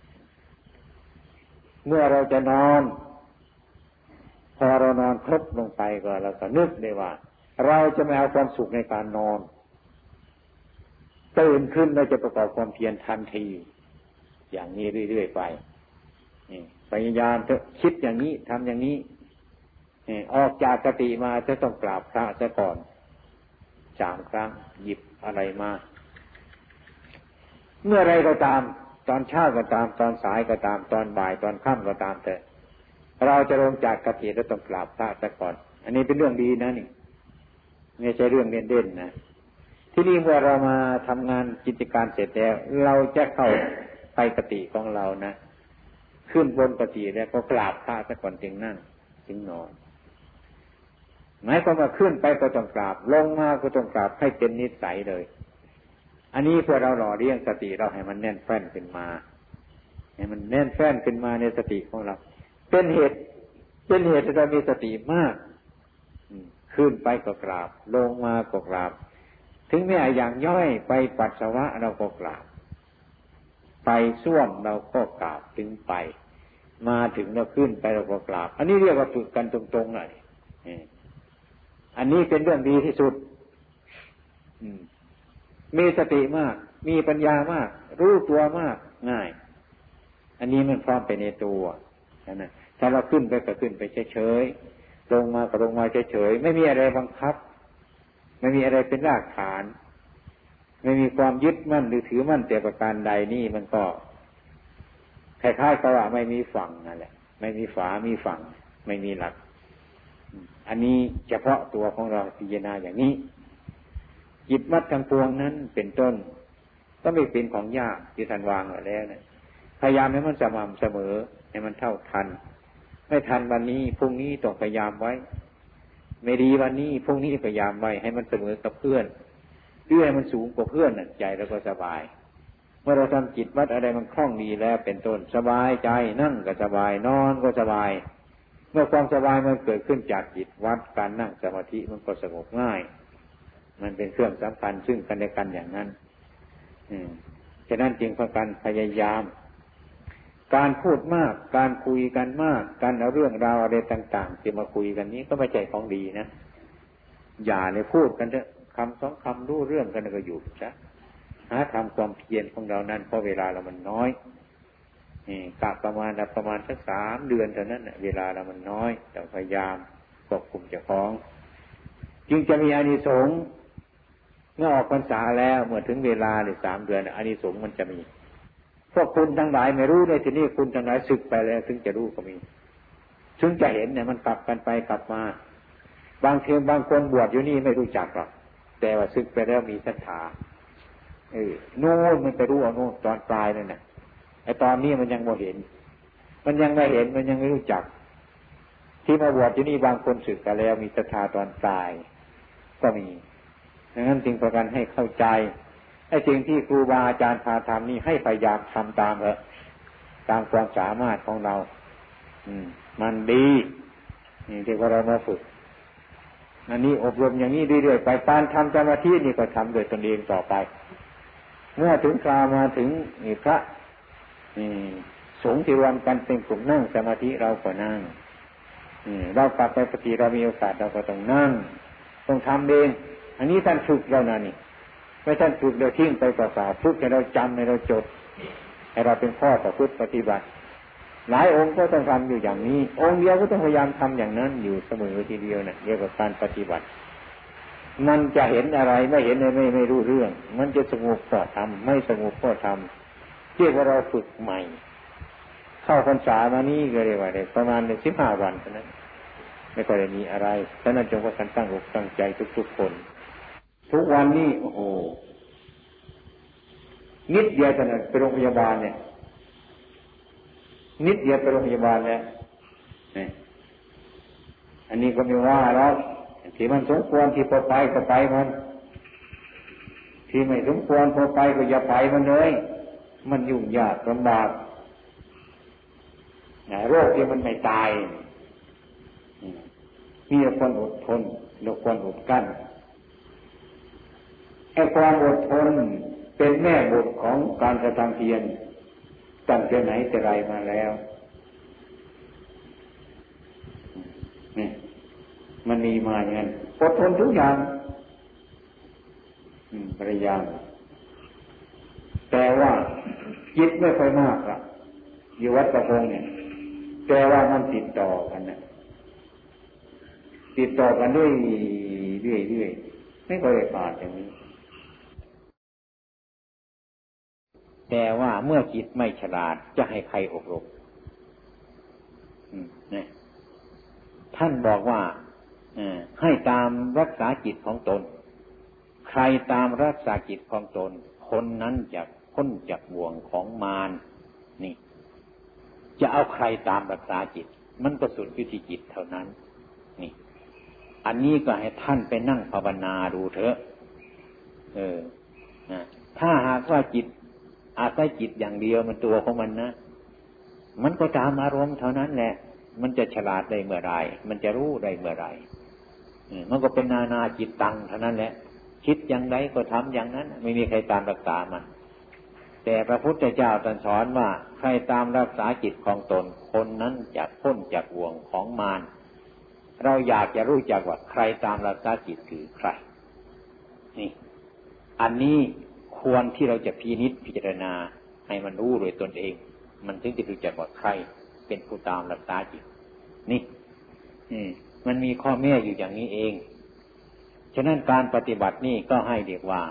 เมื่อเราจะนอนพอเรานอนครบลงไปก็เราก็นึกได้ว่าเราจะไม่เอาความสุขในการนอนตื่นขึ้นเราจะประกอบความเพียรทันทีอย่างนี้เรื่อยๆไปพยายามจะคิดอย่างนี้ทำอย่างนี้ออกจากกุฏิมาจะต้องกราบพระซะก่อน3 ครั้งหยิบอะไรมาเมื่อไรก็ตามตอนเช้าก็ตามตอนสายก็ตามตอนบ่ายตอนค่ำก็ตามแต่เราจะลงจากกุฏิแล้วต้องกราบพระซะก่อนอันนี้เป็นเรื่องดีนะนี่ไม่ใช่เรื่องเล่นๆนะที่นี่เมื่อเรามาทำงานกิจการเสร็จแล้วเราจะเข้าไปกุฏิของเรานะขึ้นบนกุฏิแล้วก็กราบพระซะก่อนจึงนั่งจึงนอนหมายความว่าขึ้นไปก็ต้องกราบลงมาก็ต้องกราบให้เป็นนิสัยเลยอันนี้เพื่อเราหล่อเลี้ยงสติเราให้มันแน่นแฟ้นขึ้นมาให้มันแน่นแฟ้นขึ้นมาในสติของเราเป็นเหตุที่เรามีสติมากขึ้นไปก็กราบลงมาก็กราบถึงแม้อย่างย่อยไปปัสสาวะเราก็กราบไปส้วมเราก็กราบถึงไปมาถึงเราขึ้นไปเราก็กราบอันนี้เรียกว่าฝึกกันตรงๆเลยอันนี้เป็นเรื่องดีที่สุดมีสติมากมีปัญญามากรู้ตัวมากง่ายอันนี้มันพร้อมไปในตัวนะถ้าเราขึ้นไปก็ขึ้นไปเฉยๆลงมาก็ลงมาเฉยๆไม่มีอะไรบังคับไม่มีอะไรเป็นรากฐานไม่มีความยึดมั่นหรือถือมั่นแต่ประการใดนี่มันก็คล้ายๆกับว่าไม่มีฝั่งนั่นแหละไม่มีฝามีฝั่งไม่มีหลักอันนี้เฉพาะตัวของเราพิจารณาอย่างนี้จิตมัดทั้งปวงนั้นเป็นต้นก็ไม่เป็นของยากที่ท่านวางไว้แล้วนะพยายามให้มันสม่ำเสมอให้มันเท่าทันไม่ทันวันนี้พรุ่งนี้ต้องพยายามไว้ไม่ดีวันนี้พรุ่งนี้พยายามไว้ให้มันเสมอกับเพื่อนเพื่อให้มันสูงกว่าเพื่อนใจแล้วก็สบายเมื่อเราทำจิตวัดอะไรมันคล่องดีแล้วเป็นต้นสบายใจนั่งก็สบายนอนก็สบายเมื่อความสบายมันเกิดขึ้นจากจิตวัดการนั่งสมาธิมันก็สงบง่ายมันเป็นเครื่องสำคัญซึ่งกันและกันอย่างนั้นฉะนั้นจึงพากันพยายามการพูดมากการคุยกันมากการเอาเรื่องราวอะไรต่างๆที่มาคุยกันนี้ก็ไม่ใช่ของดีนะอย่าเลยพูดกันเถอะคำ2 คำรู้เรื่องกันก็อยู่ซะหาทำความเพียรของเรานั้นเพราะเวลาเรามันน้อยกะประมาณสัก3 เดือนเท่านั้นเวลาเรามันน้อยต้องพยายามควบคุมเจ้าของจึงจะมีอานิสงส์เมื่อออกพรรษาแล้วเมื่อถึงเวลาใน3 เดือนอานิสงส์มันจะมีพวกคุณทั้งหลายไม่รู้ในที่นี้คุณทั้งหลายศึกไปแล้วถึงจะรู้ก็มีถึงจะเห็นเนี่ยมันกลับกันไปกลับมาบางทีบางคนบวชอยู่นี่ไม่รู้จักหรอกแต่ว่าศึกไปแล้วมีศรัทธาโน่นมันไปรู้เอาโน่นตอนปลายนั่นน่ะไอ้ตอนนี้มันยังไม่เห็นมันยังไม่เห็นมันยังไม่รู้จักที่มาบวชอยู่นี่บางคนศึกไปแล้วมีศรัทธาตอนปลายก็มีดังนั้นจึงประกันให้เข้าใจไอ้สิ่งที่ครูบาอาจารย์พาทำนี่ให้พยายามทำตามเถอะตามความสามารถของเรามันดีนี่ที่ว่าเรามาฝึกอันนี้อบรมอย่างนี้เรื่อยๆไปการทำสมาธินี่ก็ทำโดยตนเองต่อไปเมื่อถึงคราวมาถึงพระสงฆ์ที่รวมกันเป็นกลุ่มนั่งสมาธิเราก็นั่งเรากลับไปปฏิเรามีโอกาสเราก็ต้องนั่งต้องทำเองอันนี้ท่านฝึกเรานะนี่ไม่ท่านฝึกเราทิ้งไปเปล่าๆฝึกให้เราจำให้เราจดให้เราเป็นข้อประพฤติปฏิบัติหลายองค์ก็ต้องทำอยู่อย่างนี้องค์เดียวก็ต้องพยายามทำอย่างนั้นอยู่เสมอทีเดียวนะเรียกว่าการปฏิบัติมันจะเห็นอะไรไม่เห็นไม่รู้เรื่องมันจะสงบก็ทำไม่สงบก็ทำเรียกว่าเราฝึกใหม่เข้าพรรษามานี้ก็เรียกว่าได้ประมาณ15 วันเท่านั้นไม่ค่อยได้มีอะไรฉะนั้นจงพากันตั้งอกตั้งใจทุกๆคนทุกวันนี้โอ้โหนิดเดียวเท่านั้นไปโรงพยาบาลเนี่ยนิดเดียวไปโรงพยาบาลแล้วอันนี้ก็ไม่ว่าแล้วที่มันสมควรที่พอไปก็ไปมันที่ไม่สมควรพอไปก็อย่าไปมันเลยมันยุ่งยากลำบากโรคที่มันไม่ตายมีแต่คนอดทนและคนอดกั้นไอ้ความอดทนเป็นแม่บทของการกระทำเพียรตั้งแต่ไหนแต่ไรมาแล้วนี่มันมีมาอย่างนั้นอดทนทุกอย่างพยายามแต่ว่าจิตไม่ค่อยมากอะอยู่วัดประพงเนี่ยแต่ว่ามันติดต่อกันนะติดต่อกันเรื่อยไม่ค่อยขาดอย่างนี้แต่ว่าเมื่อจิตไม่ฉลาดจะให้ใครอบรมเนี่ยท่านบอกว่าให้ตามรักษาจิตของตนใครตามรักษาจิตของตนคนนั้นจะพ้นจากบ่วงของมารนี่จะเอาใครตามรักษาจิตมันก็สุดอยู่ที่จิตเท่านั้นนี่อันนี้ก็ให้ท่านไปนั่งภาวนาดูเถอะถ้าหากว่าจิตอาศัยจิตอย่างเดียวมันตัวของมันนะมันก็ตามอารมณ์เท่านั้นแหละมันจะฉลาดได้เมื่อไรมันจะรู้ได้เมื่อไรมันก็เป็นนานาจิตตังเท่านั้นแหละคิดอย่างไรก็ทำอย่างนั้นไม่มีใครตามรักษามันแต่พระพุทธเจ้าตรัสสอนว่าใครตามรักษาจิตของตนคนนั้นจะพ้นจากบ่วงของมารเราอยากจะรู้จักว่าใครตามรักษาจิตคือใครนี่อันนี้ควรที่เราจะพิจารณาให้มันรู้โดยตนเองมันถึงจะรู้จักว่าใครเป็นผู้ตามรักษาจิตนี่มันมีข้อแม้อยู่อย่างนี้เองฉะนั้นการปฏิบัตินี่ก็ให้เรียกว่า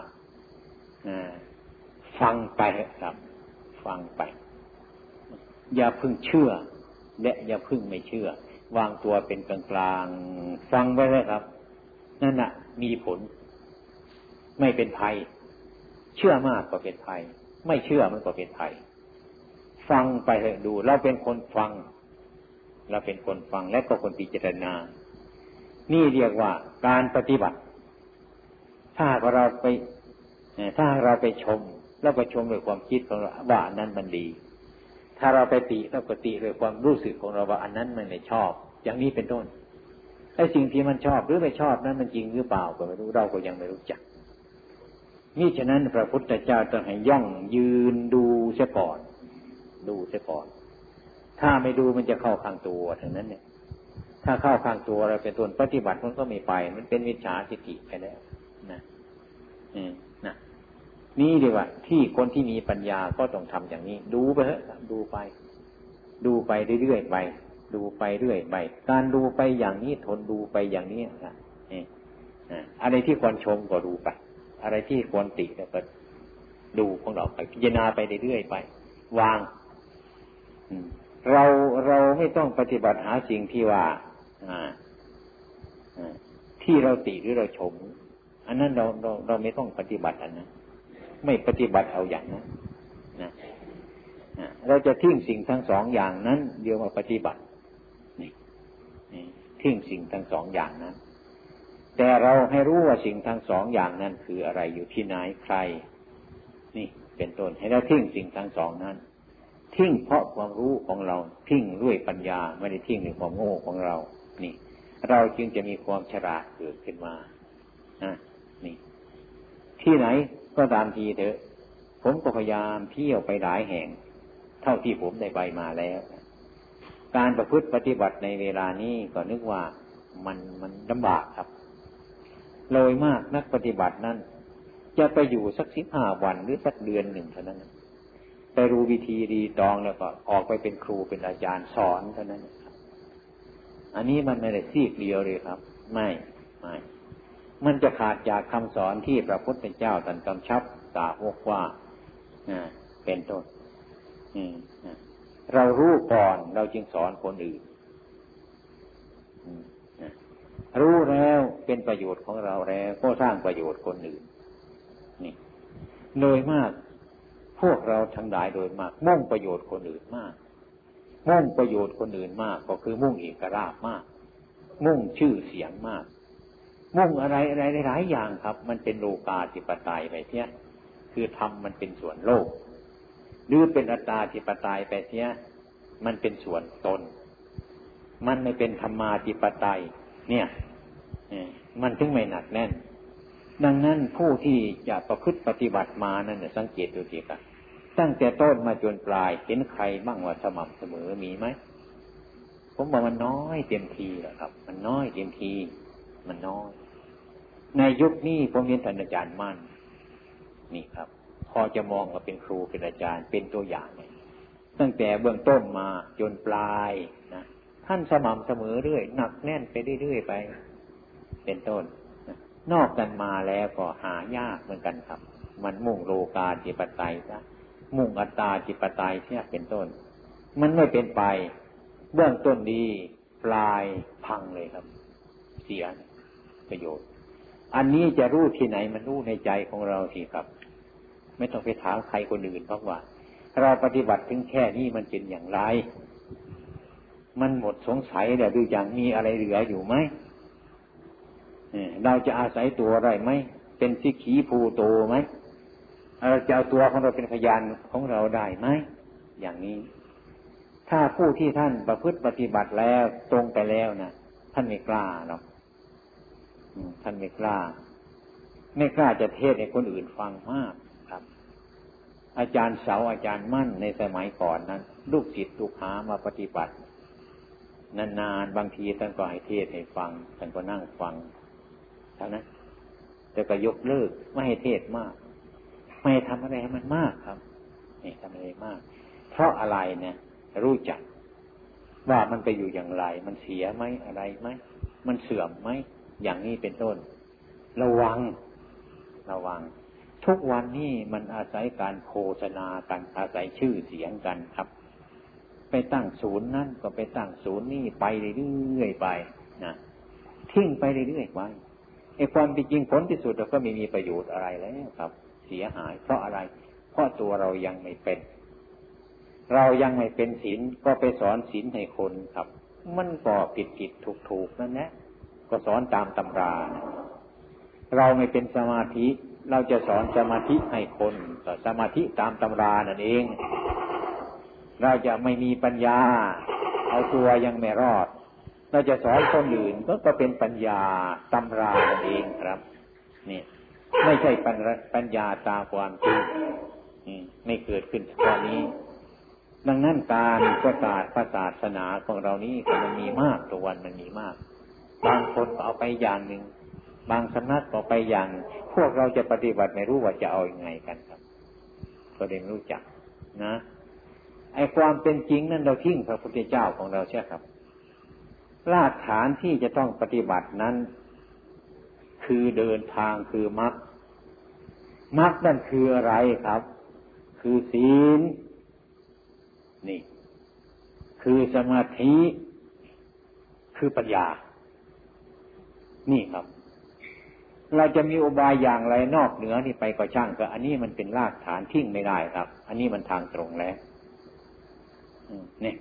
ฟังไปครับฟังไปอย่าพึ่งเชื่อและอย่าพึ่งไม่เชื่อวางตัวเป็นกลางๆฟังไว้เลยครับนั่นน่ะมีผลไม่เป็นภัยเชื่อมากก็เป็นภัยไม่เชื่อมันก็เป็นภัยฟังไปเถอะดูเราเป็นคนฟังเราเป็นคนฟังและก็คนพิจารณานี่เรียกว่าการปฏิบัติถ้าเราไปชมแล้วก็ชมด้วยความคิดของเราว่าอันนั้นมันดีถ้าเราไปติแล้วก็ติด้วยความรู้สึกของเราว่าอันนั้นมันไม่ชอบอย่างนี้เป็นต้นไอ้สิ่งที่มันชอบหรือไม่ชอบนั้นมันจริงหรือเปล่าก็ไม่รู้เราก็ยังไม่รู้จักนี่ฉะนั้นพระพุทธเจ้าต้องให้ย่องยืนดูเสียก่อนดูเสียก่อนถ้าไม่ดูมันจะเข้าข้างตัวทั้งนั้นเนี่ยถ้าเข้าข้างตัวเราเป็นต้นปฏิบัติมันก็ไม่ไปมันเป็นมิจฉาทิฏฐิไปแล้วนะนี่ดีว่าที่คนที่มีปัญญาก็ต้องทำอย่างนี้ดูไปเถอะดูไปเรื่อยๆไปดูไปเรื่อยไปการดูไปอย่างนี้ทนดูไปอย่างนี้นะอะไรที่ควรชมก็ดูไปอะไรที่ควรติแล้วก็ดูของเราไปพิจารณาไปเรื่อยๆไปวางเราไม่ต้องปฏิบัติหาสิ่งที่ว่าที่เราติหรือเราชมอันนั้นเราไม่ต้องปฏิบัติอันนั้นไม่ปฏิบัติเอาอย่างนั้นนะเราจะทิ้งสิ่งทั้งสองอย่างนั้นเดี๋ยวมาปฏิบัตินี่ทิ้งสิ่งทั้งสองอย่างนั้นแต่เราให้รู้ว่าสิ่งทั้งสองอย่างนั้นคืออะไรอยู่ที่ไหนใครนี่เป็นต้นให้เราทิ้งสิ่งทั้งสองนั้นทิ้งเพราะความรู้ของเราทิ้งด้วยปัญญาไม่ได้ทิ้งด้วยความโง่ของเรานี่เราจึงจะมีความฉลาดเกิดขึ้นมานี่ที่ไหนก็ตามทีเถอะผมก็พยายามเที่ยวไปหลายแห่งเท่าที่ผมได้ไปมาแล้วการประพฤติปฏิบัติในเวลานี้ก็นึกว่ามันลำบากครับโดยมากนักปฏิบัตินั้นจะไปอยู่สัก15 วันหรือสักเดือนหนึ่งเท่านั้นไปรู้วิธีดีตองแล้วก็ออกไปเป็นครูเป็นอาจารย์สอนเท่านั้นอันนี้มันไม่ได้ซีกเดียวเลยครับไม่มันจะขาดจากคำสอนที่พระพุทธเจ้าตรัสกำชับสาวกว่าเป็นต้นเรารู้ก่อนเราจึงสอนคนอื่นรู้แล้วเป็นประโยชน์ของเราแล้วก็สร้างประโยชน์คนอื่นนี่โดยมากพวกเราทั้งหลายโดยมากมุ่งประโยชน์คนอื่นมากมุ่งประโยชน์คนอื่นมากก็คือมุ่งเอกราชมากมุ่งชื่อเสียงมากมุ่งอะไรหลายอย่างครับมันเป็นโลกาธิปไตยไปเสียคือธรรมมันเป็นส่วนโลกหรือเป็นอัตตาธิปไตยไปเสียมันเป็นส่วนตนมันไม่เป็นธรรมาธิปไตยเนี่ยมันถึงไม่หนักแน่นดังนั้นผู้ที่จะประพฤติปฏิบัติมานั่นเนี่ยสังเกตดูสิครับตั้งแต่ต้นมาจนปลายเห็นใครบ้างว่าสม่ำเสมอมีไหมผมบอกมันน้อยเต็มทีแหละครับมันน้อยเต็มทีมันน้อยในยุคนี้ผมเห็นท่านอาจารย์มั่นนี่ครับพอจะมองว่าเป็นครูเป็นอาจารย์เป็นตัวอย่างเนี่ยตั้งแต่เบื้องต้นมาจนปลายนะท่านสม่ำเสมอเรื่อยหนักแน่นไปเรื่อยๆไปเป็นต้นนอกกันมาแล้วก็หายากเหมือนกันครับมันมุ่งโลกาธิปไตยซะมุ่งอัตตาธิปไตยเสียเป็นต้นมันไม่เป็นไปเบื้องต้นดีปลายพังเลยครับเสียประโยชน์อันนี้จะรู้ที่ไหนมันรู้ในใจของเราสิครับไม่ต้องไปถามใครคนอื่นเพราะว่าเราปฏิบัติถึงแค่นี้มันเป็นอย่างไรมันหมดสงสัยแล้วดูอย่างมีอะไรเหลืออยู่ไหมเราจะอาศัยตัวอะไรไหมเป็นสิกขีภูโตไหมเราจะเอาตัวของเราเป็นพยานของเราได้ไหมอย่างนี้ถ้าผู้ที่ท่านประพฤติปฏิบัติแล้วตรงไปแล้วนะท่านไม่กล้าหรอกท่านไม่กล้าจะเทศให้คนอื่นฟังมากครับอาจารย์เสาอาจารย์มั่นในสมัยก่อนนั้นลูกศิษย์ลูกหามาปฏิบัตินานๆบางทีท่านก็ให้เทศให้ฟังท่านก็นั่งฟังเท่านั้นแต่ก็ยกเลิกไม่ให้เทศมากไม่ให้ทำอะไรให้มันมากครับไม่ทำอะไรมากเพราะอะไรเนี่ยรู้จักว่ามันไปอยู่อย่างไรมันเสียไหมอะไรไหมมันเสื่อมไหมอย่างนี้เป็นต้นระวังทุกวันนี้มันอาศัยการโฆษณากันอาศัยชื่อเสียงกันครับไปตั้งศูนย์นั่นก็ไปตั้งศูนย์นี่ไปเรื่อยๆไปนะทิ้งไปเรื่อยๆไปไอ้ความเป็นจริงผลที่สุดเราก็ไม่มีประโยชน์อะไรแล้วครับเสียหายเพราะอะไรเพราะตัวเรายังไม่เป็นศีลก็ไปสอนศีลให้คนครับมันก็ผิดถูกนั่นแหละก็สอนตามตำราเราไม่เป็นสมาธิเราจะสอนสมาธิให้คนก็สมาธิตามตำรานั่นเองเราจะไม่มีปัญญาเอาตัวยังไม่รอดเราจะสอนคนอื่นก็เป็นปัญญาตำรานั่นเองครับนี่ไม่ใช่ปัญญาตามความจริงไม่เกิดขึ้นตอนนี้ดังนั้นการประกาศศาสนาของเรานี้มันมีมากตัววันมันมีมากบางคนก็เอาไปอย่างหนึ่งบางสำนักก็ไปอย่างพวกเราจะปฏิบัติไม่รู้ว่าจะเอายังไงกันครับก็เลยไม่รู้จักนะไอ้ความเป็นจริงนั้นเราทิ้งพระพุทธเจ้าของเราใช่ครับรากฐานที่จะต้องปฏิบัตินั้นคือเดินทางคือมรรคนั่นคืออะไรครับคือศีลนี่คือสมาธิคือปัญญานี่ครับเราจะมีอุบายอย่างไรนอกเหนือนี่ไปก็ช่างก็อันนี้มันเป็นรากฐานทิ้งไม่ได้ครับอันนี้มันทางตรงแล้วนี่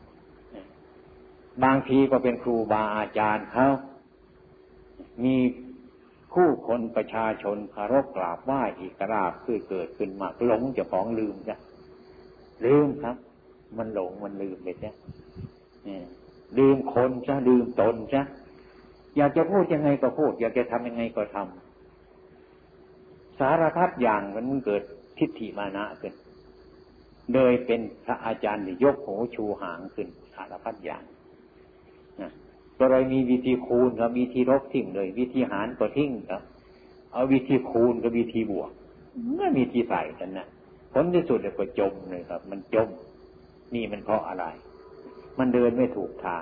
บางทีก็เป็นครูบาอาจารย์เขามีผู้คนประชาชนเคารพกราบไหว้อีกราบคือเกิดขึ้นมาหลงเจ้าของลืมครับมันหลงมันลืมไปซะลืมคนซะลืมตนซะอยากจะพูดยังไงก็พูดอยากจะทำยังไงก็ทำสารพัดอย่างมันเกิดทิฏฐิมานะขึ้นโดยเป็นพระอาจารย์ยกหูชูหางขึ้นสารพัดอย่างก็เลยมีวิธีคูณกับวิธีลบทิ้งเลยวิธีหารก็ทิ้งครับเอาวิธีคูณกับวิธีบวกไม่มีที่ใส่กันนะผลที่สุดก็จมเลยครับมันจมนี่มันเพราะอะไรมันเดินไม่ถูกทาง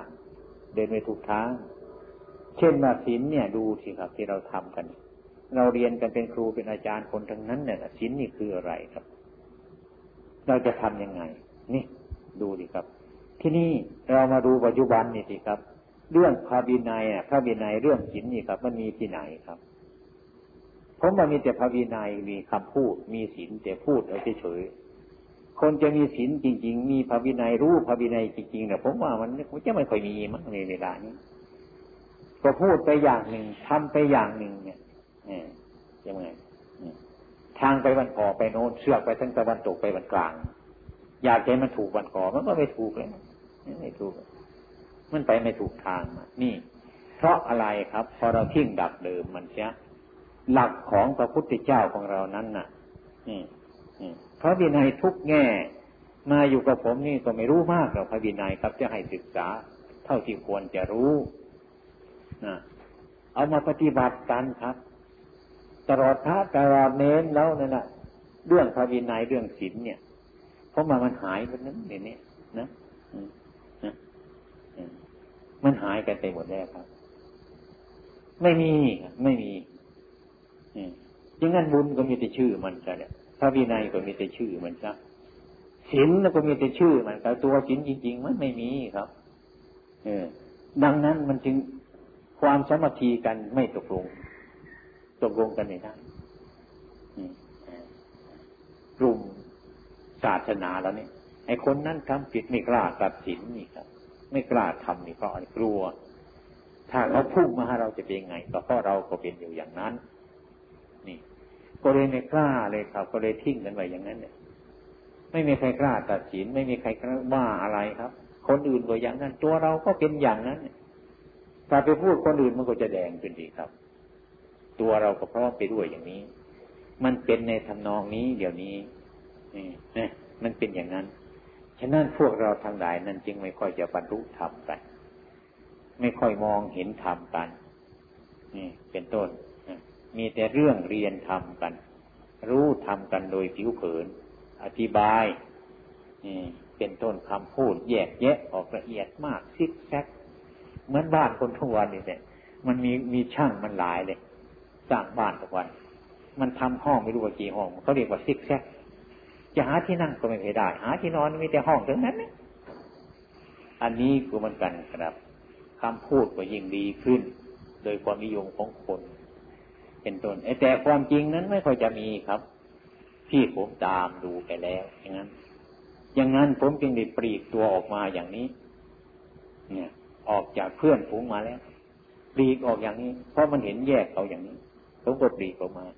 เช่นว่าศีลเนี่ยดูสิครับที่เราทำกันเราเรียนกันเป็นครูเป็นอาจารย์คนทั้งนั้นเนี่ยศีลนี่คืออะไรครับเราจะทำยังไงนี่ดูดิครับที่นี่เรามาดูปัจจุบันนี่สิครับเรื่องพระวินัยพระวินัยเรื่องศีลนี่ครับมันมีที่ไหนครับผมว่ามีแต่พระวินัยมีคำพูดมีศีลแต่พูดเอาเฉยๆคนจะมีศีลจริงๆมีพระวินัยรู้พระวินัยจริงๆเนี่ยผมว่ามันจะไม่ค่อยมีมั้งในเวลานี้ก็พูดไปอย่างหนึ่งทำไปอย่างหนึ่งเนี่ยยังไงทางไปวันก่อไปโน้นเชือกไปทั้งตะวันตกไปวันกลางอยากให้มันถูกวันก่อมันก็ไม่ถูกเลยไม่ถูกมันไปไม่ถูกทางนี่เพราะอะไรครับพอเราทิ้งดักเดิมมันเสียหลักของพระพุทธเจ้าของเรานั้นน่ะพระวินัยทุกแง่มาอยู่กับผมนี่ก็ไม่รู้มากหรอกพระวินัยครับจะให้ศึกษาเท่าที่ควรจะรู้นะเอามาปฏิบัติกันครับตลอดพระตลอดเน้นแล้วนั่นน่ะเรื่องพระวินัยเรื่องศีลเนี่ยเพราะมันหายไปนั้นเนี่ยนะมันหายกันไปหมดแล้วครับไม่มีอย่างนั้นบุญก็มีแต่ชื่อมันซะเนี่ยพระวินัยก็มีแต่ชื่อมันซะศีลก็มีแต่ชื่อมันแต่ตัวศีลจริงๆมันไม่มีครับดังนั้นมันจึงความสามัคคีกันไม่ตกลงกันไม่ได้กลุ่มศาสนาแล้วเนี่ยไอ้คนนั้นทำผิดไม่กล้าตัดสินนี่ครับไม่กล้าทำนี่เพราะกลัวถ้าเขาพุ่งมาหาเราจะเป็นไงก็เพราะเราก็เป็นอยู่อย่างนั้นนี่ก็เลยไม่กล้าเลยครับก็เลยทิ้งกันไว้อย่างนั้นเนี่ยไม่มีใครกล้าตัดสินไม่มีใครกล้าว่าอะไรครับคนอื่นก็อย่างนั้นตัวเราก็เป็นอย่างนั้นถ้าไปพูดคนอื่นมันก็จะแดงขึ้นดีครับตัวเราก็พร้อมไปด้วยอย่างนี้มันเป็นในทำนองนี้เดี๋ยวนี้นี่มันเป็นอย่างนั้นฉะนั้นพวกเราทั้งหลายนั้นจึงไม่ค่อยจะบรรลุธรรมกันไม่ค่อยมองเห็นธรรมกันนี่เป็นต้นมีแต่เรื่องเรียนธรรมกันรู้ธรรมกันโดยผิวเผินอธิบายนี่เป็นต้นคำพูดแยกแยะออกละเอียดมากซิกแซกเหมือนบ้านคนทุกวันนี่แหละมันมีช่างมันหลายเลยสร้างบ้านทุกวันมันทำห้องไม่รู้ว่ากี่ห้องเขาเรียกว่าซิกแซกจะหาที่นั่งก็ไม่ได้หาที่นอนมีแต่ห้องเท่านั้นนะอันนี้ก็เหมือนกันครับคำพูดก็ยิ่งดีขึ้นโดยความนิยมของคนเป็นต้นแต่ความจริงนั้นไม่ค่อยจะมีครับที่ผมตามดูไปแล้วอย่างนั้นผมจึงได้ปลีกตัวออกมาอย่างนี้เนี่ยออกจากเพื่อนฝูงมาแล้วปลีกออกอย่างนี้เพราะมันเห็นแยกเขาอย่างนี้ผมก็ปลีกออกมา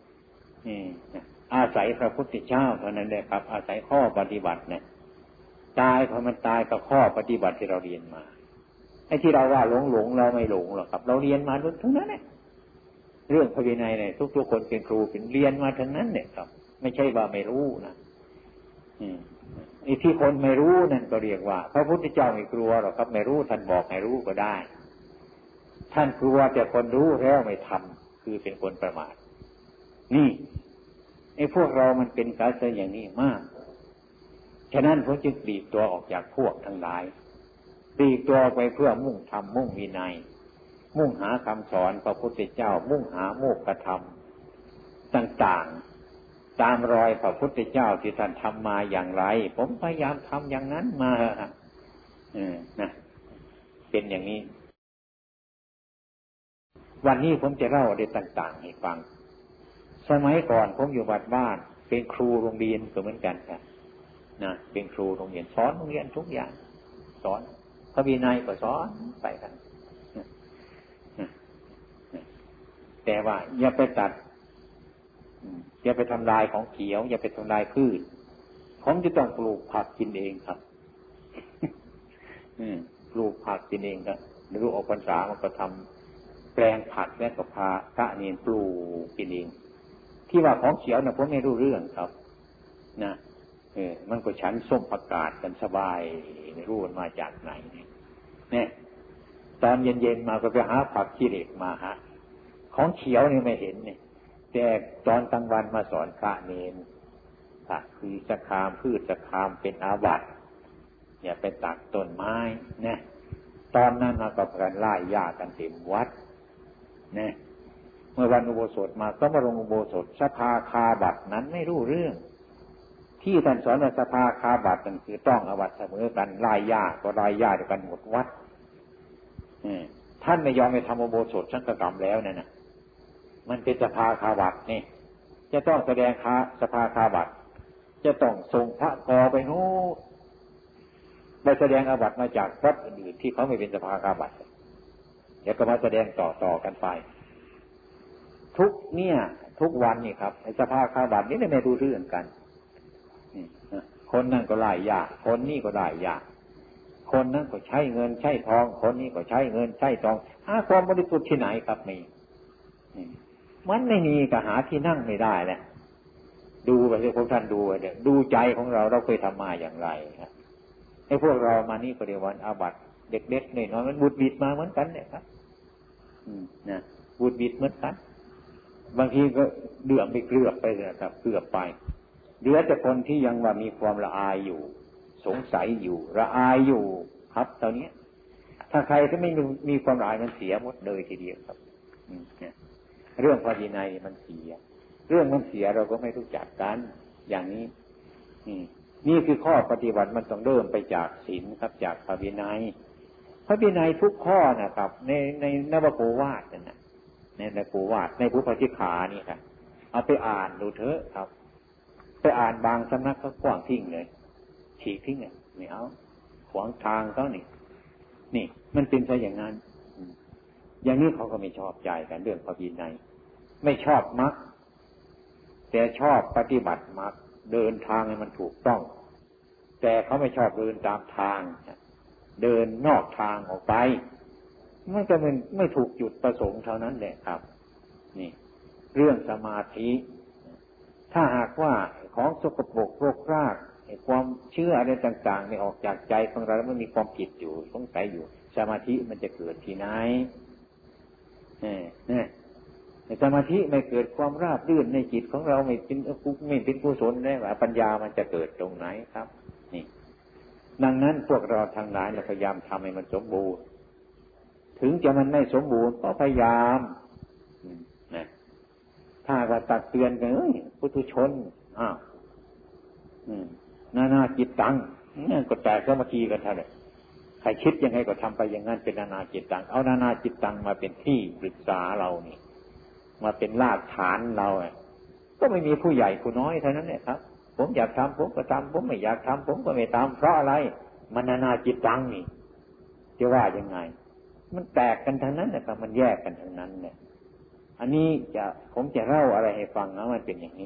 อาศัยพระพุทธเจ้าเท่านั้นแหละครับอาศัยข้อปฏิบัติเนี่ยตายพอมันตายกับข้อปฏิบัติที่เราเรียนมาไอ้ที่เราว่าหลงเราไม่หลงหรอกครับเราเรียนมาทั้งนั้นเนี่ยเรื่องพระวินัยเนี่ยทุกคนเป็นครูเป็นเรียนมาทั้งนั้นเนี่ยครับไม่ใช่ว่าไม่รู้นะไอ้ที่คนไม่รู้นั่นก็เรียกว่าพระพุทธเจ้าไม่กลัวหรอกครับไม่รู้ท่านบอกให้รู้ก็ได้ท่านกลัวแต่คนรู้แล้วไม่ทำคือเป็นคนประมาทนี่ไอ้พวกเรามันเป็นการเสียอย่างนี้มากฉะนั้นผมจึงปลีกตัวออกจากพวกทั้งหลายปลีกตัวไปเพื่อมุ่งธรรมมุ่งวินัยมุ่งหาคำสอนพระพุทธเจ้ามุ่งหาโมกขธรรมต่างๆตามรอยพระพุทธเจ้าที่ท่านทำมาอย่างไรผมพยายามทำอย่างนั้นมานะเป็นอย่างนี้วันนี้ผมจะเล่าอะไรต่างๆให้ฟังสมัยก่อนผมอยู่วัดบ้านเป็นครูโรงเรียนก็เหมือนกันครับนะเป็นครูโรงเรียนสอนโรงเรียนทุกอย่างสอนพระวินัยก็สอนไปกันแต่ว่าอย่าไปตัดอย่าไปทำลายของเขียวอย่าไปทำลายพืชผมจะต้องปลูกผักกินเองครับปลูกผักกินเองครับรู้ออกพรรษามันก็ทำแปลงผักและก็พาพระเนรปลูกกินเองที่ว่าของเขียวนะผมไม่รู้เรื่องครับนะมันก็ฉันส้มผักกาดกันสบายไม่รู้มันมาจากไหนเนี่ยตอนเย็นๆมาก็ไปหาผักขี้เหล็กมาฮะของเขียวนี่ไม่เห็นเนี่ยแต่ตอนกลางวันมาสอนพระเนรผักคือสะคามพืชสะคามเป็นอาบัติอย่าไปตัดต้นไม้นะตอนนั้นมากับการไล่หญ้ากันเต็มวัดนะเมื่อวันอุโบสถมาก็มาลงอุโบสถสภาคาบัตินั้นไม่รู้เรื่องที่ท่านสอนว่าสภาคาบัตินั่นคือต้องอาบัติเสมอกันไล่หญ้าก็ไล่หญ้าด้วยกันหมดวัดท่านไม่ยอมไปทำอุโบสถสังฆกรรมแล้วนั่นน่ะมันเป็นสภาคาบัตินี่จะต้องแสดงสภาคาบัติจะต้องส่งพระกอไปโน้ไปแสดงอาบัติมาจากวัดอื่นที่เขาไม่เป็นสภาคาบัติเดี๋ยวก็มาแสดงต่อกันไปทุกวันนี่ครับไอ้สภาพคาบัตนี่ไม่รู้เรื่องกันคนนั่นก็ไล่ยากคนนี่ก็ได้ยากคนนั้นก็ใช้เงินใช้ทองคนนี้ก็ใช้เงินใช้ทองความบริสุทธิ์ที่ไหนครับมีมันไม่มีก็หาที่นั่งไม่ได้แหละดูไปเลยพวกท่านดูไปเนี่ยดูใจของเราเคยทำมาอย่างไรครับไอ้พวกเรามานี่ก็เรียกว่าอาบัติเด็กๆน้อยๆมันบุดบิดมาเหมือนกันเนี่ยครับนะบุดบิดเหมือนกันบางทีก็เดือดไปเกลือบไปนะครับเกลือบไปเหลือแต่คนที่ยังว่ามีความละอายอยู่สงสัยอยู่ละอายอยู่ครับตอนนี้ถ้าใครที่ไม่มีความละอายมันเสียหมดเลยทีเดียวครับเรื่องพระวินัยมันเสียเรื่องมันเสียเราก็ไม่รู้จักกันอย่างนี้นี่คือข้อปฏิบัติมันต้องเริ่มไปจากศีลครับจากพระวินัยทุกข้อนะครับในนวโกวาทนั่นนะในนวโกวาทในพุทธสิกขานี่ครับเอาไปอ่านดูเถอะครับไปอ่านบางสำนักก็กว้างทิ้งเลยฉีกทิ้งเนี่ยไม่เอาขวางทางเขานี่มันเป็นซะอย่างนั้นอย่างนี้เขาก็ไม่ชอบใจกันเรื่องพระวินัยไม่ชอบมรรคแต่ชอบปฏิบัติมรรคเดินทางให้มันถูกต้องแต่เขาไม่ชอบเดินตามทางเดินนอกทางออกไปมันก็ไม่ถูกจุดประสงค์เท่านั้นแหละครับนี่เรื่องสมาธิถ้าหากว่าของสกปรกโรครากความเชื่ออะไรต่างๆไม่ออกจากใจของเราแล้วมันมีความผิดอยู่สงสัยอยู่สมาธิมันจะเกิดที่ไหนสมาธิไม่เกิดความราบรื่นในจิตของเราไม่เป็นกุศลได้ว่าปัญญามันจะเกิดตรงไหนครับนี่ดังนั้นพวกเราทางหลายเราพยายามทำให้มันสมบูรณ์ถึงจะมันไม่สมบูรณ์ก็พยายามนะถ้าว่าตักเตือนกันปุถุชนนานาจิตตังนี่ก็แตกสามัคคีกันเท่านั้นใครคิดยังไงก็ทำไปอย่างนั้นเป็นนานาจิตตังเอานานาจิตตังมาเป็นที่ปรึกษาเรานี่มาเป็นรากฐานเราก็ไม่มีผู้ใหญ่ผู้น้อยเท่านั้นเนี่ยครับผมอยากทำผมก็ทำผมไม่อยากทำผมก็ไม่ทำเพราะอะไรมันนานาจิตตังนี่จะว่ายังไงมันแตกกันทั้งนั้นนะครับมันแยกกันทั้งนั้นเนี่ยอันนี้ผมจะเล่าอะไรให้ฟังนะมันเป็นอย่างนี้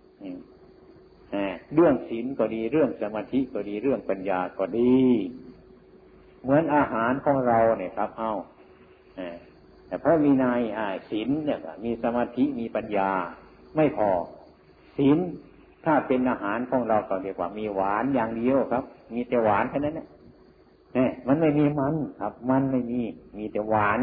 เรื่องศีลก็ดีเรื่องสมาธิก็ดีเรื่องปัญญาก็ดีเหมือนอาหารของเราเนี่ยครับแต่เพราะมีนายศีลเนี่ยมีสมาธิมีปัญญาไม่พอศีลถ้าเป็นอาหารของเราก็เรียกว่ามีหวานอย่างเดียวครับมีแต่หวานแค่นั้นเนี่ยมันไม่มีมันครับมันไม่มีแต่หวาน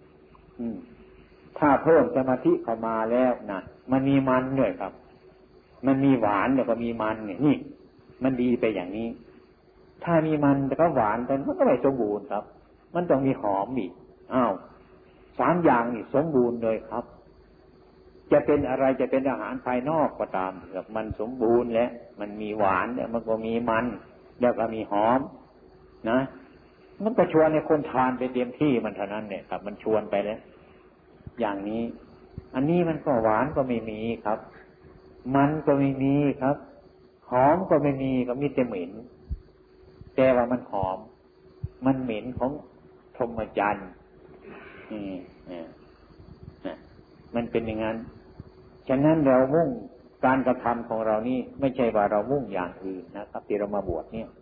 ถ้าเพิ่มสมาธิเข้ามาแล้วนะมันมีมันด้วยครับมันมีหวานแล้วก็มีมันเนี่ยนี่มันดีไปอย่างนี้ถ้ามีมันแต่ก็หวานแต่มันก็ไม่สมบูรณ์ครับมันต้องมีหอมอีก3อย่างนี่สมบูรณ์เลยครับจะเป็นอะไรจะเป็นอาหารภายนอกก็ตามครับมันสมบูรณ์แล้วมันมีหวานแล้วมันก็มีมันแล้วก็มีหอมนะมันก็ชวนให้คนทานไปเต็มที่มันเท่านั้นเนี่ยครับมันชวนไปแล้วอย่างนี้อันนี้มันก็หวานก็ไม่มีครับมันก็ไม่มีครับหอมก็ไม่มีก็มีแต่เหม็นแต่ว่ามันหอมมันเหม็นของพรหมจรรย์มันเป็นอย่างนั้นฉะนั้นเรามุ่งการกระทำของเรานี่ไม่ใช่ว่าเรามุ่งอย่างอื่นนะครับที่เรามาบวชเนี่ย